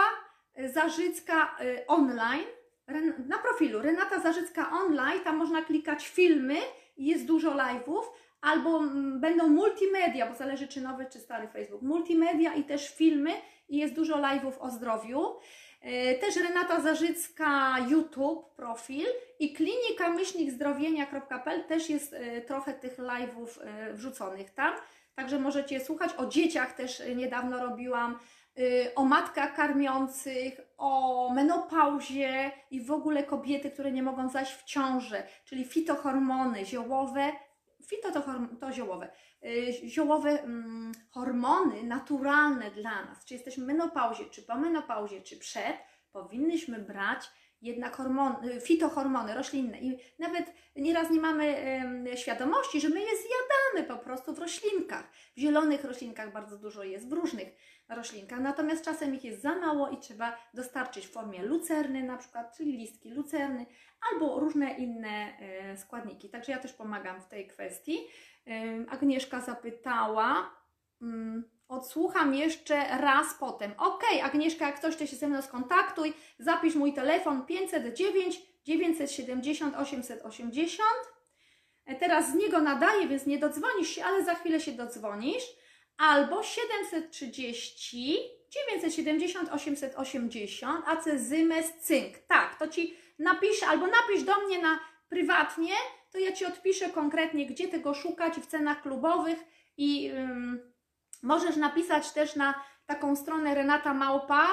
[SPEAKER 1] Zarzycka online. Na profilu Renata Zarzycka online, tam można klikać filmy i jest dużo live'ów. Albo będą multimedia, bo zależy czy nowy, czy stary Facebook. Multimedia i też filmy i jest dużo live'ów o zdrowiu. Też Renata Zarzycka YouTube profil i klinika myślnik zdrowienia kropka p l też jest trochę tych live'ów wrzuconych tam. Także możecie słuchać. O dzieciach też niedawno robiłam, o matkach karmiących, o menopauzie i w ogóle kobiety, które nie mogą zajść w ciążę, czyli fitohormony ziołowe. Fito to, to ziołowe. Ziołowe mm, hormony naturalne dla nas, czy jesteśmy w menopauzie, czy po menopauzie, czy przed, powinnyśmy brać jednak hormony, fitohormony roślinne i nawet nieraz nie mamy e, świadomości, że my je zjadamy po prostu w roślinkach. W zielonych roślinkach bardzo dużo jest, w różnych roślinkach, natomiast czasem ich jest za mało i trzeba dostarczyć w formie lucerny na przykład, czyli listki lucerny albo różne inne e, składniki. Także ja też pomagam w tej kwestii. E, Agnieszka zapytała, mm, odsłucham jeszcze raz potem. Ok, Agnieszka, jak ktoś, to się ze mną skontaktuj, zapisz mój telefon pięćset dziewięć dziewięćset siedemdziesiąt osiemset osiemdziesiąt. Teraz z niego nadaję, więc nie dodzwonisz się, ale za chwilę się dodzwonisz. Albo siedemset trzydzieści dziewięćset siedemdziesiąt osiemset osiemdziesiąt, acezymes cynk. Tak, to Ci napiszę, albo napisz do mnie na prywatnie, to ja Ci odpiszę konkretnie, gdzie tego szukać w cenach klubowych i ym, możesz napisać też na taką stronę Renata Małpa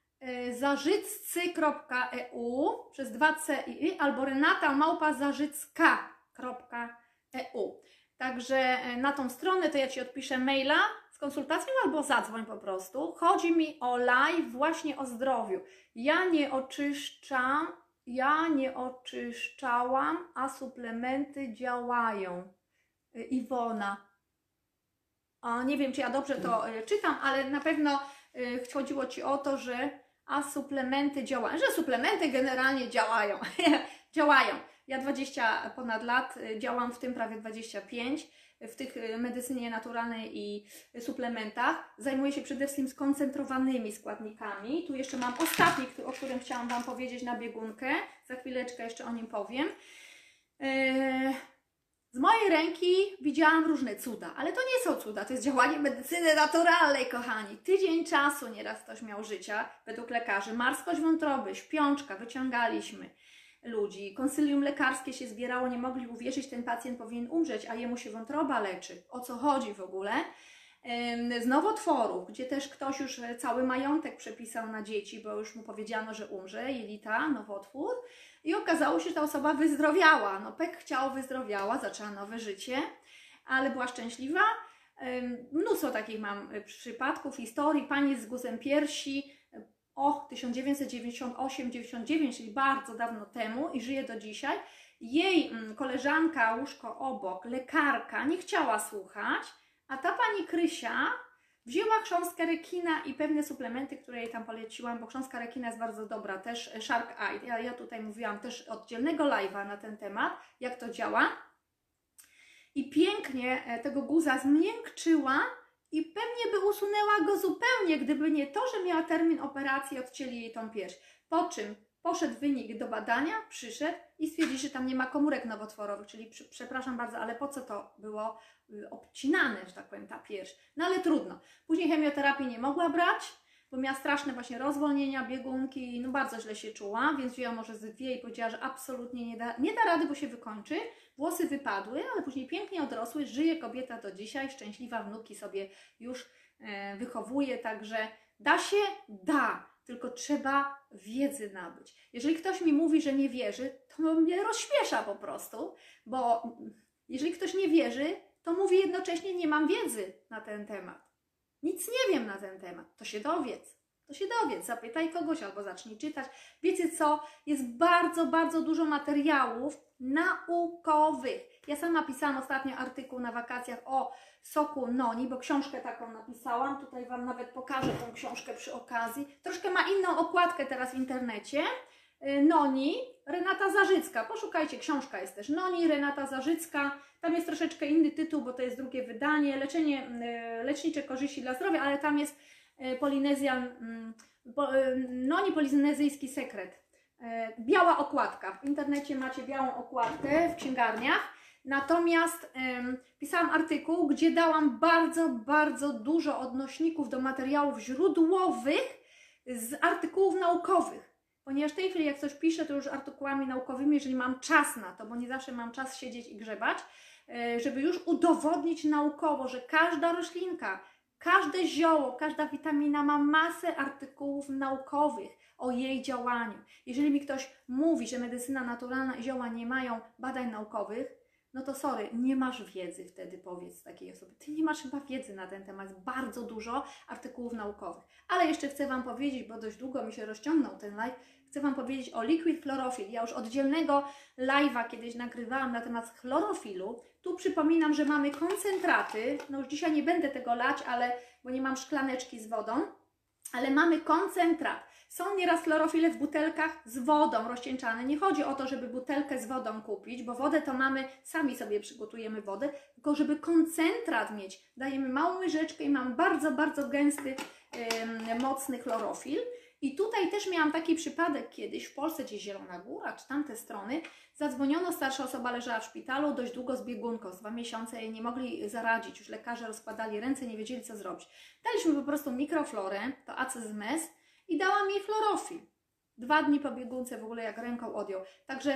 [SPEAKER 1] y, zarzyccy kropka e u przez dwa c i y, albo Renata Małpa zarzycka kropka e u. Także na tą stronę to ja Ci odpiszę maila z konsultacją albo zadzwoń po prostu. Chodzi mi o live właśnie o zdrowiu. Ja nie oczyszczam, ja nie oczyszczałam, a suplementy działają. Iwona. O, nie wiem, czy ja dobrze to czytam, ale na pewno chodziło Ci o to, że a suplementy działają, że suplementy generalnie działają. działają. Ja dwadzieścia ponad lat działam, w tym prawie dwadzieścia pięć, w tych medycynie naturalnej i suplementach. Zajmuję się przede wszystkim skoncentrowanymi składnikami. Tu jeszcze mam ostatni, o którym chciałam Wam powiedzieć na biegunkę. Za chwileczkę jeszcze o nim powiem. Z mojej ręki widziałam różne cuda, ale to nie są cuda, to jest działanie medycyny naturalnej, kochani. Tydzień czasu nieraz ktoś miał życia, według lekarzy. Marskość wątroby, śpiączka, wyciągaliśmy ludzi. Konsylium lekarskie się zbierało, nie mogli uwierzyć, ten pacjent powinien umrzeć, a jemu się wątroba leczy. O co chodzi w ogóle? Z nowotworów, gdzie też ktoś już cały majątek przepisał na dzieci, bo już mu powiedziano, że umrze, jelita, nowotwór. I okazało się, że ta osoba wyzdrowiała. No pek chciało, wyzdrowiała, zaczęła nowe życie, ale była szczęśliwa. Mnóstwo takich mam przypadków, historii. Pani z guzem piersi, o tysiąc dziewięćset dziewięćdziesiąt osiem dziewięćdziesiąt dziewięć, czyli bardzo dawno temu i żyje do dzisiaj. Jej koleżanka, łóżko obok, lekarka, nie chciała słuchać, a ta pani Krysia wzięła chrząstkę rekina i pewne suplementy, które jej tam poleciłam, bo chrząstka rekina jest bardzo dobra, też Shark Eye. Ja, ja tutaj mówiłam też oddzielnego live'a na ten temat, jak to działa. I pięknie tego guza zmiękczyła i pewnie by usunęła go zupełnie, gdyby nie to, że miała termin operacji, odcięli jej tą pierś. Po czym poszedł wynik do badania, przyszedł i stwierdzili, że tam nie ma komórek nowotworowych, czyli przepraszam bardzo, ale po co to było obcinane, że tak powiem, ta pierś? No ale trudno. Później chemioterapii nie mogła brać, bo miała straszne właśnie rozwolnienia, biegunki, no bardzo źle się czuła, więc wzięła może z dwie i powiedziała, że absolutnie nie da, nie da rady, bo się wykończy. Włosy wypadły, ale później pięknie odrosły, żyje kobieta do dzisiaj, szczęśliwa, wnuki sobie już e, wychowuje, także da się? Da, tylko trzeba wiedzy nabyć. Jeżeli ktoś mi mówi, że nie wierzy, to mnie rozśmiesza po prostu, bo jeżeli ktoś nie wierzy, to mówi jednocześnie, nie mam wiedzy na ten temat. Nic nie wiem na ten temat, to się dowiedz. To się dowiedz, zapytaj kogoś albo zacznij czytać. Wiecie co? Jest bardzo, bardzo dużo materiałów naukowych. Ja sama pisałam ostatnio artykuł na wakacjach o soku noni, bo książkę taką napisałam. Tutaj Wam nawet pokażę tą książkę przy okazji. Troszkę ma inną okładkę teraz w internecie. Noni, Renata Zarzycka. Poszukajcie, książka jest też Noni, Renata Zarzycka. Tam jest troszeczkę inny tytuł, bo to jest drugie wydanie. Leczenie, lecznicze korzyści dla zdrowia, ale tam jest Polinezjan, Noni, polinezyjski sekret. Biała okładka. W internecie macie białą okładkę w księgarniach. Natomiast ym, pisałam artykuł, gdzie dałam bardzo, bardzo dużo odnośników do materiałów źródłowych z artykułów naukowych. Ponieważ w tej chwili jak coś piszę, to już artykułami naukowymi, jeżeli mam czas na to, bo nie zawsze mam czas siedzieć i grzebać, yy, żeby już udowodnić naukowo, że każda roślinka, każde zioło, każda witamina ma masę artykułów naukowych o jej działaniu. Jeżeli mi ktoś mówi, że medycyna naturalna i zioła nie mają badań naukowych, no to sorry, nie masz wiedzy wtedy, powiedz takiej osobie. Ty nie masz chyba wiedzy na ten temat, jest bardzo dużo artykułów naukowych. Ale jeszcze chcę Wam powiedzieć, bo dość długo mi się rozciągnął ten live, chcę Wam powiedzieć o liquid chlorophyll. Ja już oddzielnego live'a kiedyś nagrywałam na temat chlorofilu. Tu przypominam, że mamy koncentraty, no już dzisiaj nie będę tego lać, ale, bo nie mam szklaneczki z wodą, ale mamy koncentrat. Są nieraz chlorofile w butelkach z wodą rozcieńczane. Nie chodzi o to, żeby butelkę z wodą kupić, bo wodę to mamy, sami sobie przygotujemy wodę, tylko żeby koncentrat mieć. Dajemy małą łyżeczkę i mamy bardzo, bardzo gęsty, yy, mocny chlorofil. I tutaj też miałam taki przypadek kiedyś w Polsce, gdzieś Zielona Góra, czy tamte strony. Zadzwoniono, starsza osoba leżała w szpitalu, dość długo z biegunką, z dwa miesiące jej nie mogli zaradzić. Już lekarze rozkładali ręce, nie wiedzieli co zrobić. Daliśmy po prostu mikroflorę, to acezmes, i dałam jej chlorofil. Dwa dni po biegunce w ogóle jak ręką odjął. Także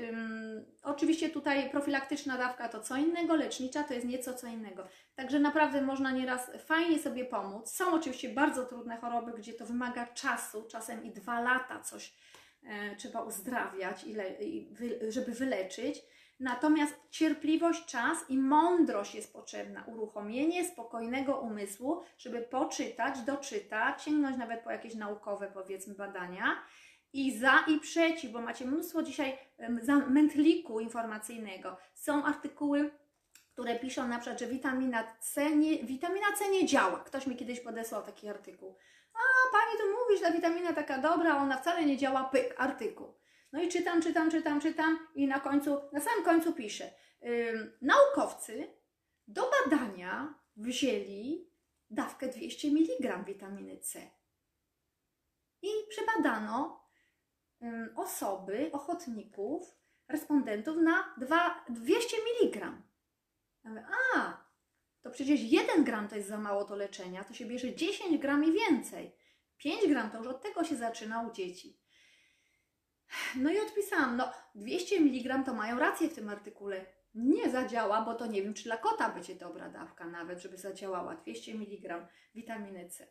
[SPEAKER 1] ym, oczywiście tutaj profilaktyczna dawka to co innego, lecznicza to jest nieco co innego. Także naprawdę można nieraz fajnie sobie pomóc. Są oczywiście bardzo trudne choroby, gdzie to wymaga czasu, czasem i dwa lata coś e, trzeba uzdrawiać, i le, i wy, żeby wyleczyć. Natomiast cierpliwość, czas i mądrość jest potrzebna. Uruchomienie spokojnego umysłu, żeby poczytać, doczytać, sięgnąć nawet po jakieś naukowe, powiedzmy, badania. I za i przeciw, bo macie mnóstwo dzisiaj mętliku informacyjnego. Są artykuły, które piszą na przykład, że witamina C nie, witamina C nie działa. Ktoś mi kiedyś podesłał taki artykuł. A, pani tu mówi, że ta witamina taka dobra, ona wcale nie działa, pyk, artykuł. No i czytam, czytam, czytam, czytam i na końcu, na samym końcu pisze, yy, naukowcy do badania wzięli dawkę dwieście miligram witaminy C i przebadano yy, osoby, ochotników, respondentów na dwieście miligram. Ja mówię, a, to przecież jeden gram to jest za mało do leczenia, to się bierze dziesięć gram i więcej. pięć gram to już od tego się zaczyna u dzieci. No i odpisałam, no dwieście miligram to mają rację w tym artykule. Nie zadziała, bo to nie wiem, czy dla kota będzie dobra dawka nawet, żeby zadziałała. dwieście miligram witaminy C.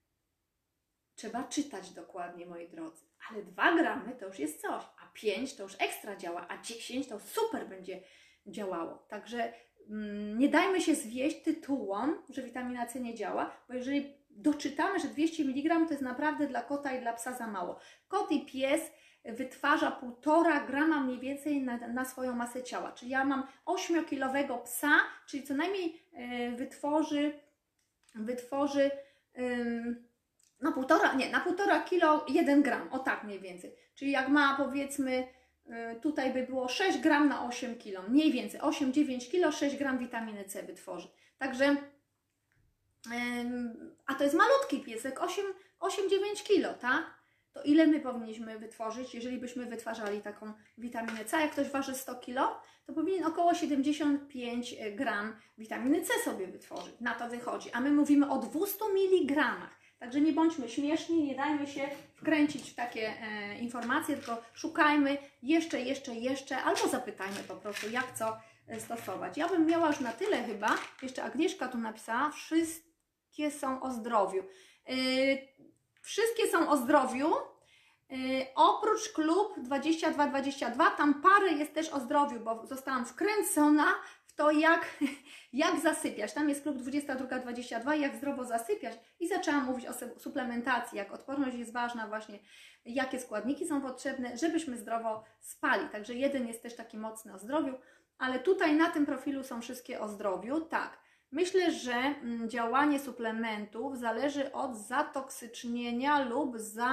[SPEAKER 1] Trzeba czytać dokładnie, moi drodzy. Ale dwa gramy to już jest coś, a pięć to już ekstra działa, a dziesięć to super będzie działało. Także mm, nie dajmy się zwieść tytułom, że witamina C nie działa, bo jeżeli doczytamy, że dwieście miligram to jest naprawdę dla kota i dla psa za mało. Kot i pies wytwarza półtora grama mniej więcej na, na swoją masę ciała. Czyli ja mam ośmiokilowego psa, czyli co najmniej yy, wytworzy, wytworzy yy, na półtora, nie, na półtora kilo jeden gram, o tak mniej więcej. Czyli jak ma powiedzmy, yy, tutaj by było sześć gram na osiem kilo, mniej więcej osiem dziewięć kilo, sześć gram witaminy C wytworzy. Także, yy, a to jest malutki piesek, osiem dziewięć kilo, tak? To ile my powinniśmy wytworzyć, jeżeli byśmy wytwarzali taką witaminę C? Jak ktoś waży sto kilo, to powinien około siedemdziesiąt pięć gram witaminy C sobie wytworzyć. Na to wychodzi. A my mówimy o dwieście miligramach. Także nie bądźmy śmieszni, nie dajmy się wkręcić w takie e, informacje, tylko szukajmy jeszcze, jeszcze, jeszcze, albo zapytajmy po prostu, jak co stosować. Ja bym miała już na tyle chyba. Jeszcze Agnieszka tu napisała, wszystkie są o zdrowiu. Yy, Wszystkie są o zdrowiu, yy, oprócz klub dwadzieścia dwa dwadzieścia dwa, tam parę jest też o zdrowiu, bo zostałam wkręcona w to, jak, jak zasypiać. Tam jest klub dwadzieścia dwa dwadzieścia dwa, jak zdrowo zasypiać i zaczęłam mówić o suplementacji, jak odporność jest ważna właśnie, jakie składniki są potrzebne, żebyśmy zdrowo spali. Także jeden jest też taki mocny o zdrowiu, ale tutaj na tym profilu są wszystkie o zdrowiu, tak. Myślę, że działanie suplementów zależy od zatoksycznienia lub za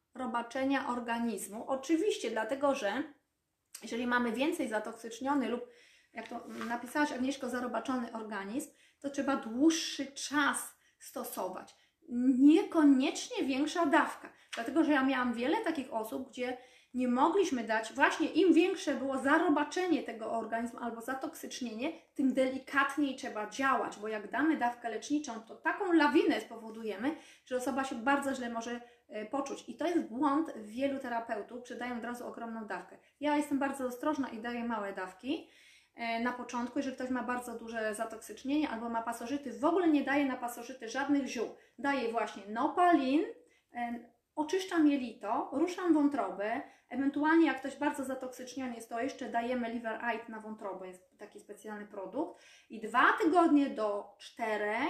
[SPEAKER 1] robaczenia organizmu. Oczywiście dlatego, że jeżeli mamy więcej zatoksyczniony lub, jak to napisałaś Agnieszko, zarobaczony organizm, to trzeba dłuższy czas stosować. Niekoniecznie większa dawka. Dlatego, że ja miałam wiele takich osób, gdzie nie mogliśmy dać, właśnie im większe było zarobaczenie tego organizmu albo zatoksycznienie, tym delikatniej trzeba działać, bo jak damy dawkę leczniczą, to taką lawinę spowodujemy, że osoba się bardzo źle może poczuć. I to jest błąd wielu terapeutów, że dają od razu ogromną dawkę. Ja jestem bardzo ostrożna i daję małe dawki na początku, jeżeli ktoś ma bardzo duże zatoksycznienie albo ma pasożyty, w ogóle nie daję na pasożyty żadnych ziół. Daję właśnie Nopalin, oczyszczam jelito, ruszam wątrobę, ewentualnie jak ktoś bardzo zatoksyczniony jest, to jeszcze dajemy Liverite na wątrobę, jest taki specjalny produkt. I dwa tygodnie do czterech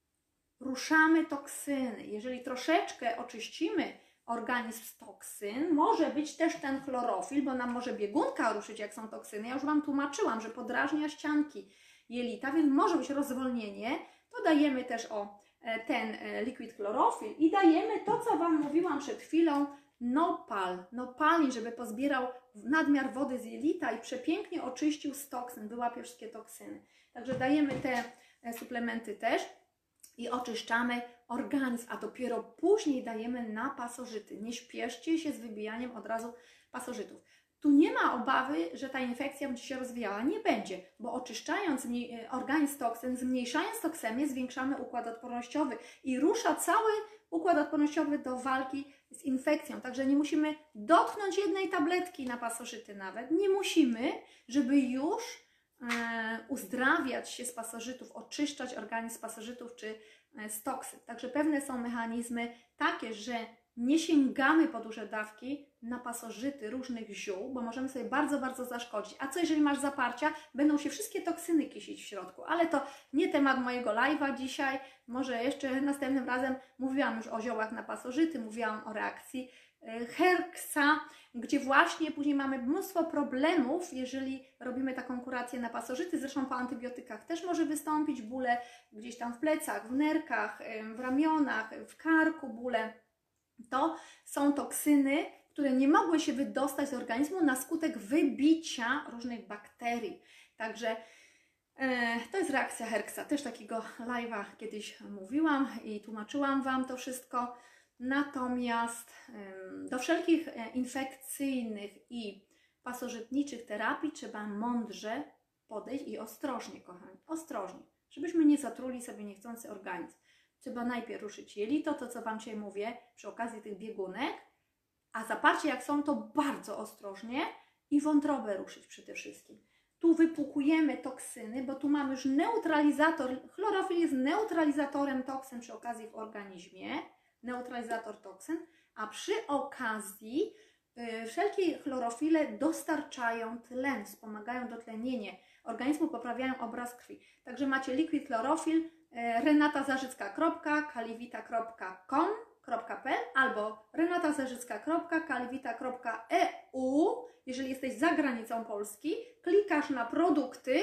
[SPEAKER 1] ruszamy toksyny. Jeżeli troszeczkę oczyścimy organizm z toksyn, może być też ten chlorofil, bo nam może biegunka ruszyć, jak są toksyny. Ja już Wam tłumaczyłam, że podrażnia ścianki jelita, więc może być rozwolnienie. To dajemy też o ten liquid chlorofil i dajemy to, co Wam mówiłam przed chwilą, Nopal, Nopalin, żeby pozbierał nadmiar wody z jelita i przepięknie oczyścił z toksyn, wyłapie wszystkie toksyny. Także dajemy te suplementy też i oczyszczamy organizm, a dopiero później dajemy na pasożyty. Nie śpieszcie się z wybijaniem od razu pasożytów. Tu nie ma obawy, że ta infekcja będzie się rozwijała. Nie będzie, bo oczyszczając organizm z toksyn, zmniejszając toksemię, zwiększamy układ odpornościowy i rusza cały układ odpornościowy do walki z infekcją. Także nie musimy dotknąć jednej tabletki na pasożyty nawet. Nie musimy, żeby już e, uzdrawiać się z pasożytów, oczyszczać organizm z pasożytów czy e, z toksyn. Także pewne są mechanizmy takie, że nie sięgamy po duże dawki na pasożyty różnych ziół, bo możemy sobie bardzo, bardzo zaszkodzić. A co jeżeli masz zaparcia? Będą się wszystkie toksyny kisić w środku. Ale to nie temat mojego live'a dzisiaj. Może jeszcze następnym razem mówiłam już o ziołach na pasożyty, mówiłam o reakcji Herksa, gdzie właśnie później mamy mnóstwo problemów, jeżeli robimy taką kurację na pasożyty. Zresztą po antybiotykach też może wystąpić bóle gdzieś tam w plecach, w nerkach, w ramionach, w karku bóle. To są toksyny, które nie mogły się wydostać z organizmu na skutek wybicia różnych bakterii. Także e, to jest reakcja Herksa. Też takiego live'a kiedyś mówiłam i tłumaczyłam Wam to wszystko. Natomiast e, do wszelkich infekcyjnych i pasożytniczych terapii trzeba mądrze podejść i ostrożnie, kochani, ostrożnie, żebyśmy nie zatruli sobie niechcący organizm. Trzeba najpierw ruszyć jelito, to co Wam dzisiaj mówię, przy okazji tych biegunek, a zaparcie jak są, to bardzo ostrożnie i wątrobę ruszyć przede wszystkim. Tu wypłukujemy toksyny, bo tu mamy już neutralizator, chlorofil jest neutralizatorem toksyn przy okazji w organizmie, neutralizator toksyn, a przy okazji yy, wszelkie chlorofile dostarczają tlen, wspomagają dotlenienie organizmu, poprawiają obraz krwi. Także macie liquid chlorofil, renata zarzycka kropka kaliwita kropka com kropka p l albo renata zarzycka kropka kaliwita kropka e u. Jeżeli jesteś za granicą Polski, klikasz na produkty,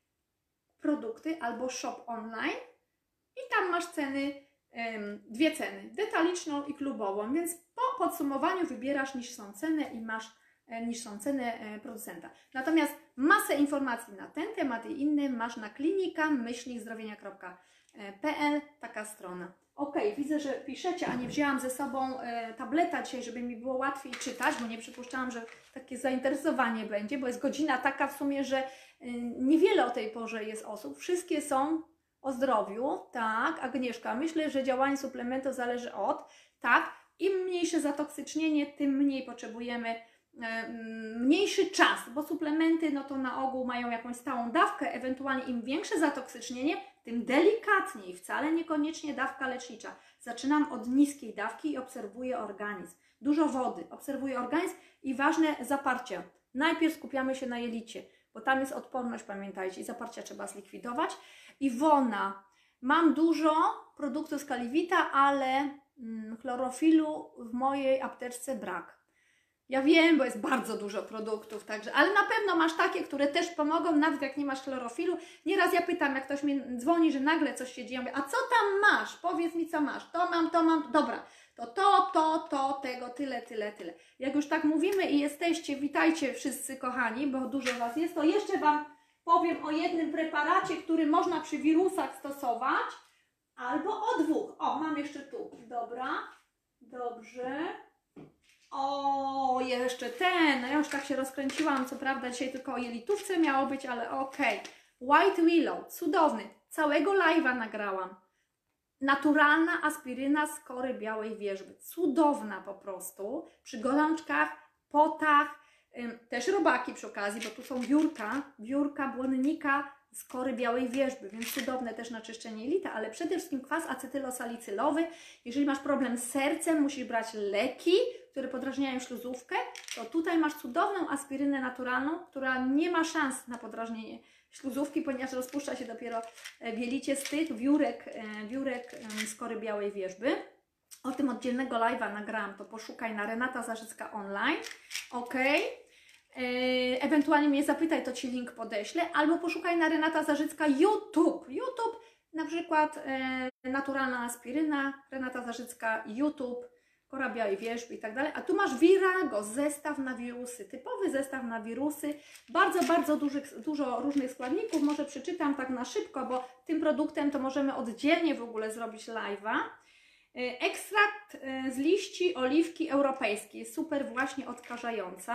[SPEAKER 1] produkty albo shop online i tam masz ceny, ym, dwie ceny, detaliczną i klubową, więc po podsumowaniu wybierasz niższą cenę i masz e, niższą cenę e, producenta. Natomiast masę informacji na ten temat i inne masz na klinika myślnik zdrowienia kropka p l, taka strona. Ok, widzę, że piszecie, a nie wzięłam ze sobą e, tableta dzisiaj, żeby mi było łatwiej czytać, bo nie przypuszczałam, że takie zainteresowanie będzie, bo jest godzina taka w sumie, że e, niewiele o tej porze jest osób. Wszystkie są o zdrowiu, tak, Agnieszka, myślę, że działanie suplementu zależy od, tak, im mniejsze zatoksycznienie, tym mniej potrzebujemy mniejszy czas, bo suplementy no to na ogół mają jakąś stałą dawkę, ewentualnie im większe zatoksycznienie, tym delikatniej, wcale niekoniecznie dawka lecznicza. Zaczynam od niskiej dawki i obserwuję organizm. Dużo wody, obserwuję organizm i ważne zaparcia. Najpierw skupiamy się na jelicie, bo tam jest odporność, pamiętajcie, i zaparcia trzeba zlikwidować. Iwona, mam dużo produktów z Kaliwita, ale mm, chlorofilu w mojej apteczce brak. Ja wiem, bo jest bardzo dużo produktów, także, ale na pewno masz takie, które też pomogą, nawet jak nie masz chlorofilu. Nieraz ja pytam, jak ktoś mi dzwoni, że nagle coś się dzieje, ja mówię, a co tam masz? Powiedz mi, co masz. To mam, to mam, dobra, to to, to, to, tego, tyle,
[SPEAKER 2] mówimy i jesteście, witajcie wszyscy kochani, bo dużo Was jest, to jeszcze Wam powiem o jednym preparacie, który można przy wirusach stosować, albo o dwóch. O, mam jeszcze tu. Dobra, dobrze. O, jeszcze ten. Ja już tak się rozkręciłam, co prawda dzisiaj tylko o jelitówce miało być, ale okej. Okay. White Willow, cudowny. Całego live'a nagrałam. Naturalna aspiryna z kory białej wierzby. Cudowna po prostu. Przy gorączkach, potach, ym, też robaki przy okazji, bo tu są biurka, biurka błonnika z kory białej wierzby, więc cudowne też na czyszczenie jelita, ale przede wszystkim kwas acetylosalicylowy. Jeżeli masz problem z sercem, musisz brać leki, które podrażniają śluzówkę, to tutaj masz cudowną aspirynę naturalną, która nie ma szans na podrażnienie śluzówki, ponieważ rozpuszcza się dopiero w jelicie z tych wiórek, wiórek z kory białej wierzby. O tym oddzielnego live'a nagrałam, to poszukaj na Renata Zarzycka online, ok? Ewentualnie mnie zapytaj, to Ci link podeślę, albo poszukaj na Renata Zarzycka YouTube, YouTube, na przykład e, naturalna aspiryna, Renata Zarzycka YouTube, kora białej wierzby i tak dalej. A tu masz Virago, zestaw na wirusy, typowy zestaw na wirusy, bardzo, bardzo dużych, dużo różnych składników, może przeczytam tak na szybko, bo tym produktem to możemy oddzielnie w ogóle zrobić live'a. Ekstrakt z liści oliwki europejskiej, super właśnie odkażająca.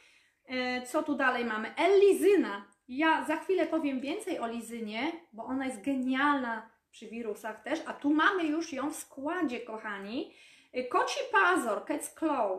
[SPEAKER 2] Co tu dalej mamy? L-lizyna. Ja za chwilę powiem więcej o lizynie, bo ona jest genialna przy wirusach też, a tu mamy już ją w składzie, kochani. Koci pazur, cat's claw.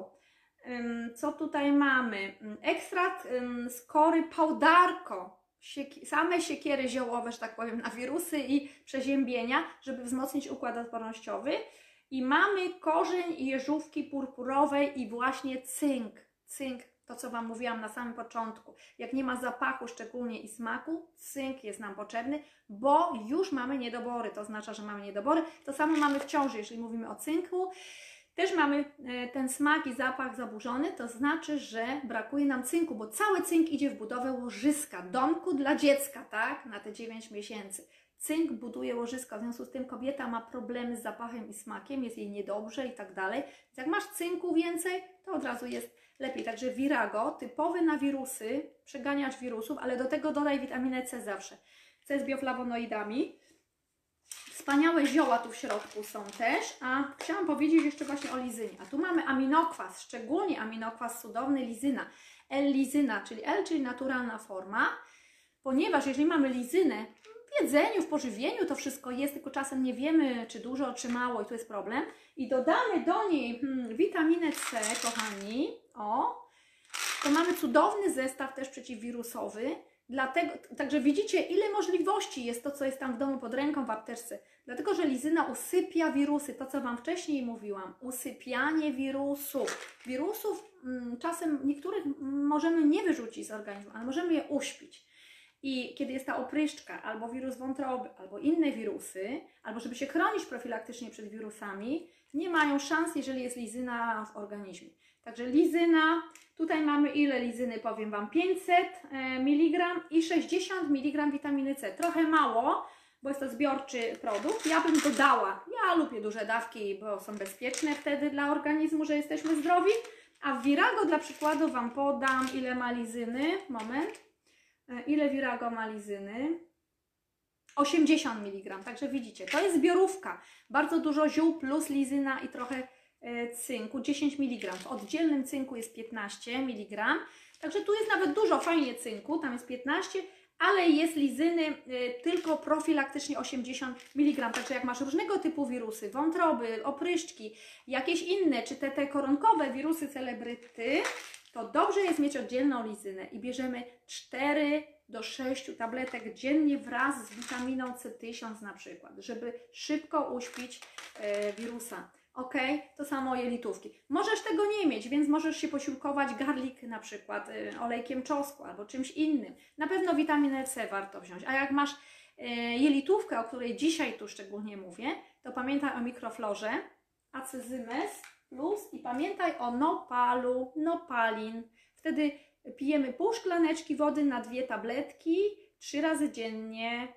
[SPEAKER 2] Co tutaj mamy? Ekstrakt z kory pałdarko. Sieki, same siekiery ziołowe, że tak powiem, na wirusy i przeziębienia, żeby wzmocnić układ odpornościowy. I mamy korzeń jeżówki purpurowej i właśnie cynk. Cynk, to co Wam mówiłam na samym początku. Jak nie ma zapachu szczególnie i smaku, cynk jest nam potrzebny, bo już mamy niedobory. To oznacza, że mamy niedobory. To samo mamy w ciąży, jeżeli mówimy o cynku. Też mamy ten smak i zapach zaburzony, to znaczy, że brakuje nam cynku, bo cały cynk idzie w budowę łożyska, domku dla dziecka, tak? Na te dziewięć miesięcy. Cynk buduje łożyska, w związku z tym kobieta ma problemy z zapachem i smakiem, jest jej niedobrze i tak dalej. Więc jak masz cynku więcej, to od razu jest lepiej. Także Virago, typowy na wirusy, przeganiacz wirusów, ale do tego dodaj witaminę C zawsze. C z bioflawonoidami. Wspaniałe zioła tu w środku są też, a chciałam powiedzieć jeszcze właśnie o lizynie. A tu mamy aminokwas, szczególnie aminokwas cudowny lizyna. L-lizyna, czyli L, czyli naturalna forma, ponieważ jeżeli mamy lizynę w jedzeniu, w pożywieniu, to wszystko jest, tylko czasem nie wiemy, czy dużo, czy mało i tu jest problem. I dodamy do niej hmm, witaminę C, kochani, o, to mamy cudowny zestaw też przeciwwirusowy. Dlatego, także widzicie, ile możliwości jest to, co jest tam w domu pod ręką w apteczce. Dlatego, że lizyna usypia wirusy, to co Wam wcześniej mówiłam, usypianie wirusów. Wirusów m, czasem niektórych możemy nie wyrzucić z organizmu, ale możemy je uśpić. I kiedy jest ta opryszczka, albo wirus wątroby, albo inne wirusy, albo żeby się chronić profilaktycznie przed wirusami, nie mają szans, jeżeli jest lizyna w organizmie. Także lizyna, tutaj mamy ile lizyny, powiem Wam, pięćset miligramów i sześćdziesiąt miligramów witaminy C. Trochę mało, bo jest to zbiorczy produkt. Ja bym dodała, ja lubię duże dawki, bo są bezpieczne wtedy dla organizmu, że jesteśmy zdrowi. A w Virago dla przykładu Wam podam, ile ma lizyny. Moment. Ile Virago ma lizyny? osiemdziesiąt miligramów. Także widzicie, to jest zbiorówka. Bardzo dużo ziół plus lizyna i trochę cynku, dziesięć miligramów. W oddzielnym cynku jest piętnaście miligramów. Także tu jest nawet dużo fajnie cynku, tam jest piętnaście, ale jest lizyny tylko profilaktycznie osiemdziesiąt miligramów. Także jak masz różnego typu wirusy, wątroby, opryszczki, jakieś inne, czy te, te koronkowe wirusy celebryty, to dobrze jest mieć oddzielną lizynę i bierzemy cztery do sześciu tabletek dziennie wraz z witaminą C tysiąc na przykład, żeby szybko uśpić e, wirusa. Ok, to samo jelitówki. Możesz tego nie mieć, więc możesz się posiłkować garlic na przykład, y, olejkiem czosnku albo czymś innym. Na pewno witaminę C warto wziąć. A jak masz y, jelitówkę, o której dzisiaj tu szczególnie mówię, to pamiętaj o mikroflorze, acezymes plus i pamiętaj o nopalu, nopalin. Wtedy pijemy pół szklaneczki wody na dwie tabletki, trzy razy dziennie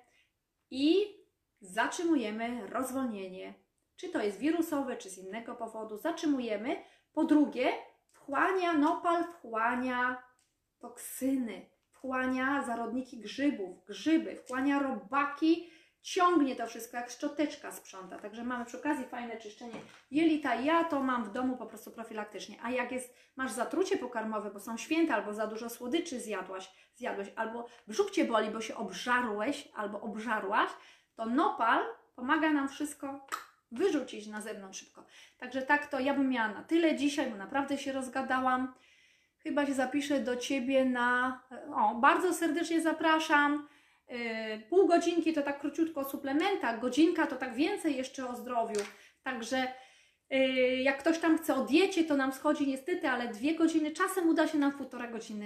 [SPEAKER 2] i zatrzymujemy rozwolnienie. Czy to jest wirusowe, czy z innego powodu, zatrzymujemy. Po drugie, wchłania, nopal wchłania toksyny, wchłania zarodniki grzybów, grzyby, wchłania robaki, ciągnie to wszystko jak szczoteczka sprząta. Także mamy przy okazji fajne czyszczenie jelita. Ja to mam w domu po prostu profilaktycznie. A jak jest, masz zatrucie pokarmowe, bo są święta, albo za dużo słodyczy zjadłaś, zjadłeś, albo brzuch Cię boli, bo się obżarłeś, albo obżarłaś, to nopal pomaga nam wszystko wyrzucić na zewnątrz szybko. Także tak to ja bym miała na tyle dzisiaj, bo naprawdę się rozgadałam. Chyba się zapiszę do Ciebie na... O, bardzo serdecznie zapraszam. Yy, pół godzinki to tak króciutko o suplementach, godzinka to tak więcej jeszcze o zdrowiu. Także yy, jak ktoś tam chce o diecie, to nam schodzi niestety, ale dwie godziny, czasem uda się nam półtora godziny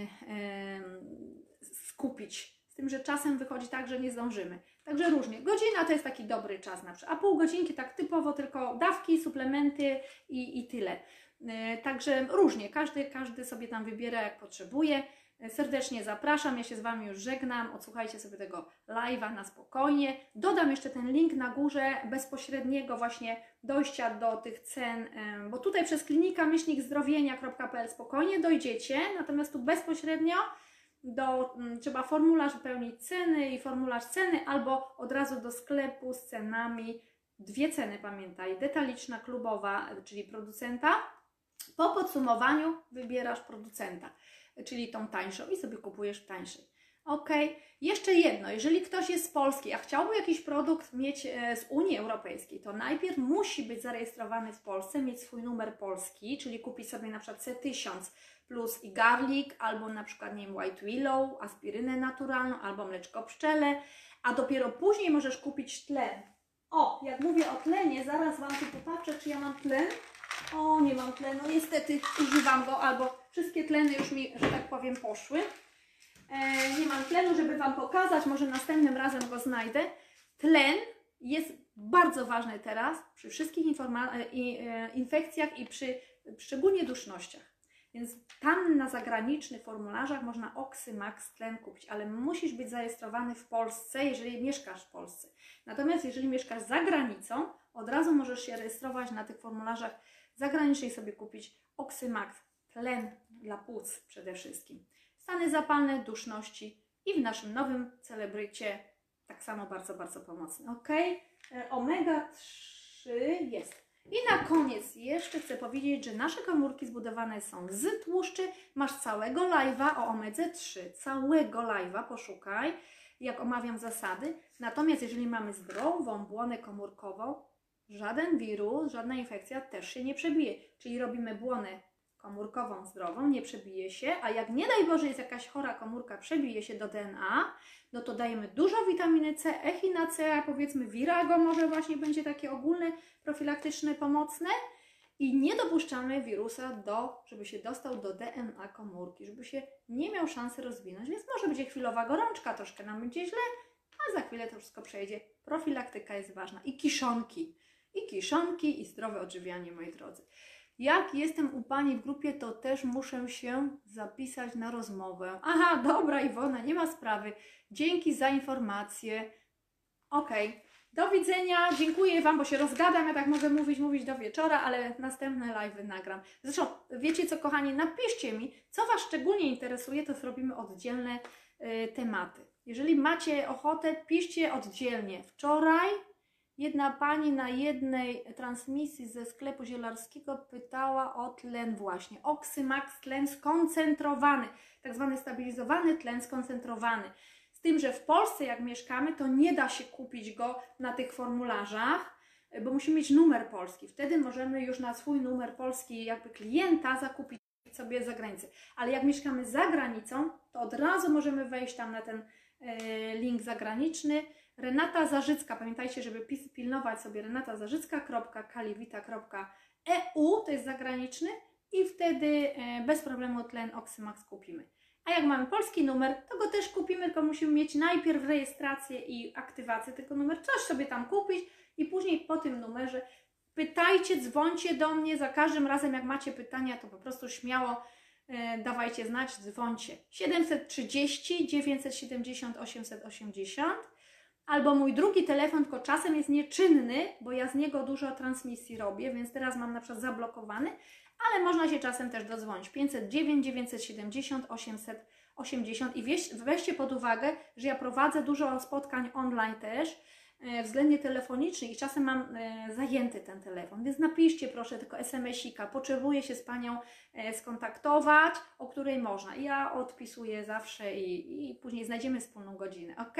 [SPEAKER 2] yy, skupić. Z tym, że czasem wychodzi tak, że nie zdążymy. Także różnie. Godzina to jest taki dobry czas na przykład, a pół godzinki tak typowo tylko dawki, suplementy i, i tyle. Yy, także różnie, każdy, każdy sobie tam wybiera jak potrzebuje. Serdecznie zapraszam, ja się z Wami już żegnam, odsłuchajcie sobie tego live'a na spokojnie. Dodam jeszcze ten link na górze bezpośredniego właśnie dojścia do tych cen, bo tutaj przez klinika myślnik zdrowienia kropka p l spokojnie dojdziecie, natomiast tu bezpośrednio do, trzeba formularz wypełnić ceny i formularz ceny, albo od razu do sklepu z cenami, dwie ceny pamiętaj, detaliczna, klubowa, czyli producenta. Po podsumowaniu wybierasz producenta, czyli tą tańszą i sobie kupujesz tańszej. Ok, jeszcze jedno, jeżeli ktoś jest z Polski, a chciałby jakiś produkt mieć z Unii Europejskiej, to najpierw musi być zarejestrowany w Polsce, mieć swój numer polski, czyli kupić sobie na przykład C tysiąc plus i garlic, albo na przykład, nie wiem, white willow, aspirynę naturalną, albo mleczko pszczele, a dopiero później możesz kupić tlen. O, jak mówię o tlenie, zaraz Wam tu popatrzę, czy ja mam tlen. O, nie mam tlenu, niestety używam go, albo wszystkie tleny już mi, że tak powiem, poszły. E, nie mam tlenu, żeby Wam pokazać, może następnym razem go znajdę. Tlen jest bardzo ważny teraz przy wszystkich i, e, infekcjach i przy szczególnie dusznościach. Więc tam na zagranicznych formularzach można Oxymax tlen kupić, ale musisz być zarejestrowany w Polsce, jeżeli mieszkasz w Polsce. Natomiast jeżeli mieszkasz za granicą, od razu możesz się rejestrować na tych formularzach zagranicznych i sobie kupić Oxymax, tlen dla płuc przede wszystkim. Stany zapalne, duszności i w naszym nowym celebrycie tak samo bardzo, bardzo pomocny. Ok? omega trzy jest. I na koniec jeszcze chcę powiedzieć, że nasze komórki zbudowane są z tłuszczy. Masz całego live'a o omedze trzy. Całego live'a poszukaj, jak omawiam zasady. Natomiast jeżeli mamy zdrową błonę komórkową, żaden wirus, żadna infekcja też się nie przebije. Czyli robimy błonę komórkową zdrową, nie przebije się, a jak nie daj Boże jest jakaś chora komórka, przebije się do D N A, no to dajemy dużo witaminy C, echinacea, powiedzmy Virago może właśnie będzie takie ogólne, profilaktyczne, pomocne i nie dopuszczamy wirusa do, żeby się dostał do D N A komórki, żeby się nie miał szansy rozwinąć, więc może będzie chwilowa gorączka, troszkę nam będzie źle, a za chwilę to wszystko przejdzie. Profilaktyka jest ważna i kiszonki, i kiszonki i zdrowe odżywianie, moi drodzy. Jak jestem u Pani w grupie, to też muszę się zapisać na rozmowę. Aha, dobra Iwona, nie ma sprawy. Dzięki za informację. Ok, do widzenia. Dziękuję Wam, bo się rozgadam. Ja tak mogę mówić, mówić do wieczora, ale następne live'y nagram. Zresztą, wiecie co, kochani, napiszcie mi, co Was szczególnie interesuje, to zrobimy oddzielne y, tematy. Jeżeli macie ochotę, piszcie oddzielnie. Wczoraj jedna pani na jednej transmisji ze sklepu zielarskiego pytała o tlen właśnie. Oxymax, tlen skoncentrowany, tak zwany stabilizowany tlen skoncentrowany. Z tym, że w Polsce jak mieszkamy, to nie da się kupić go na tych formularzach, bo musimy mieć numer polski. Wtedy możemy już na swój numer polski jakby klienta zakupić sobie za granicę. Ale jak mieszkamy za granicą, to od razu możemy wejść tam na ten e, link zagraniczny. Renata Zarzycka, pamiętajcie, żeby pilnować sobie renata zarzycka kropka kaliwita kropka e u, to jest zagraniczny i wtedy bez problemu tlen Oxymax kupimy. A jak mamy polski numer, to go też kupimy, tylko musimy mieć najpierw rejestrację i aktywację tego numeru, coś sobie tam kupić i później po tym numerze pytajcie, dzwońcie do mnie, za każdym razem jak macie pytania, to po prostu śmiało e, dawajcie znać, dzwońcie. siedemset trzydzieści dziewięćset siedemdziesiąt osiemset osiemdziesiąt. albo mój drugi telefon, tylko czasem jest nieczynny, bo ja z niego dużo transmisji robię, więc teraz mam na przykład zablokowany, ale można się czasem też dodzwonić. pięćset dziewięć, dziewięćset siedemdziesiąt, osiemset osiemdziesiąt i weź, weźcie pod uwagę, że ja prowadzę dużo spotkań online też, e, względnie telefonicznych i czasem mam e, zajęty ten telefon, więc napiszcie proszę tylko esemesika, potrzebuję się z Panią e, skontaktować, o której można. I ja odpisuję zawsze i, i później znajdziemy wspólną godzinę, ok?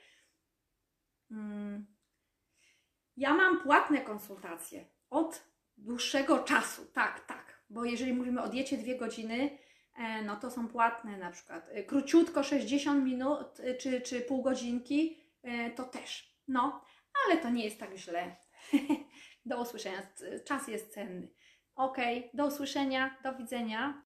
[SPEAKER 2] Hmm. Ja mam płatne konsultacje od dłuższego czasu, tak, tak, bo jeżeli mówimy o diecie dwie godziny, no to są płatne na przykład króciutko sześćdziesiąt minut czy, czy pół godzinki, to też, no, ale to nie jest tak źle. Do usłyszenia, czas jest cenny. Ok, do usłyszenia, do widzenia.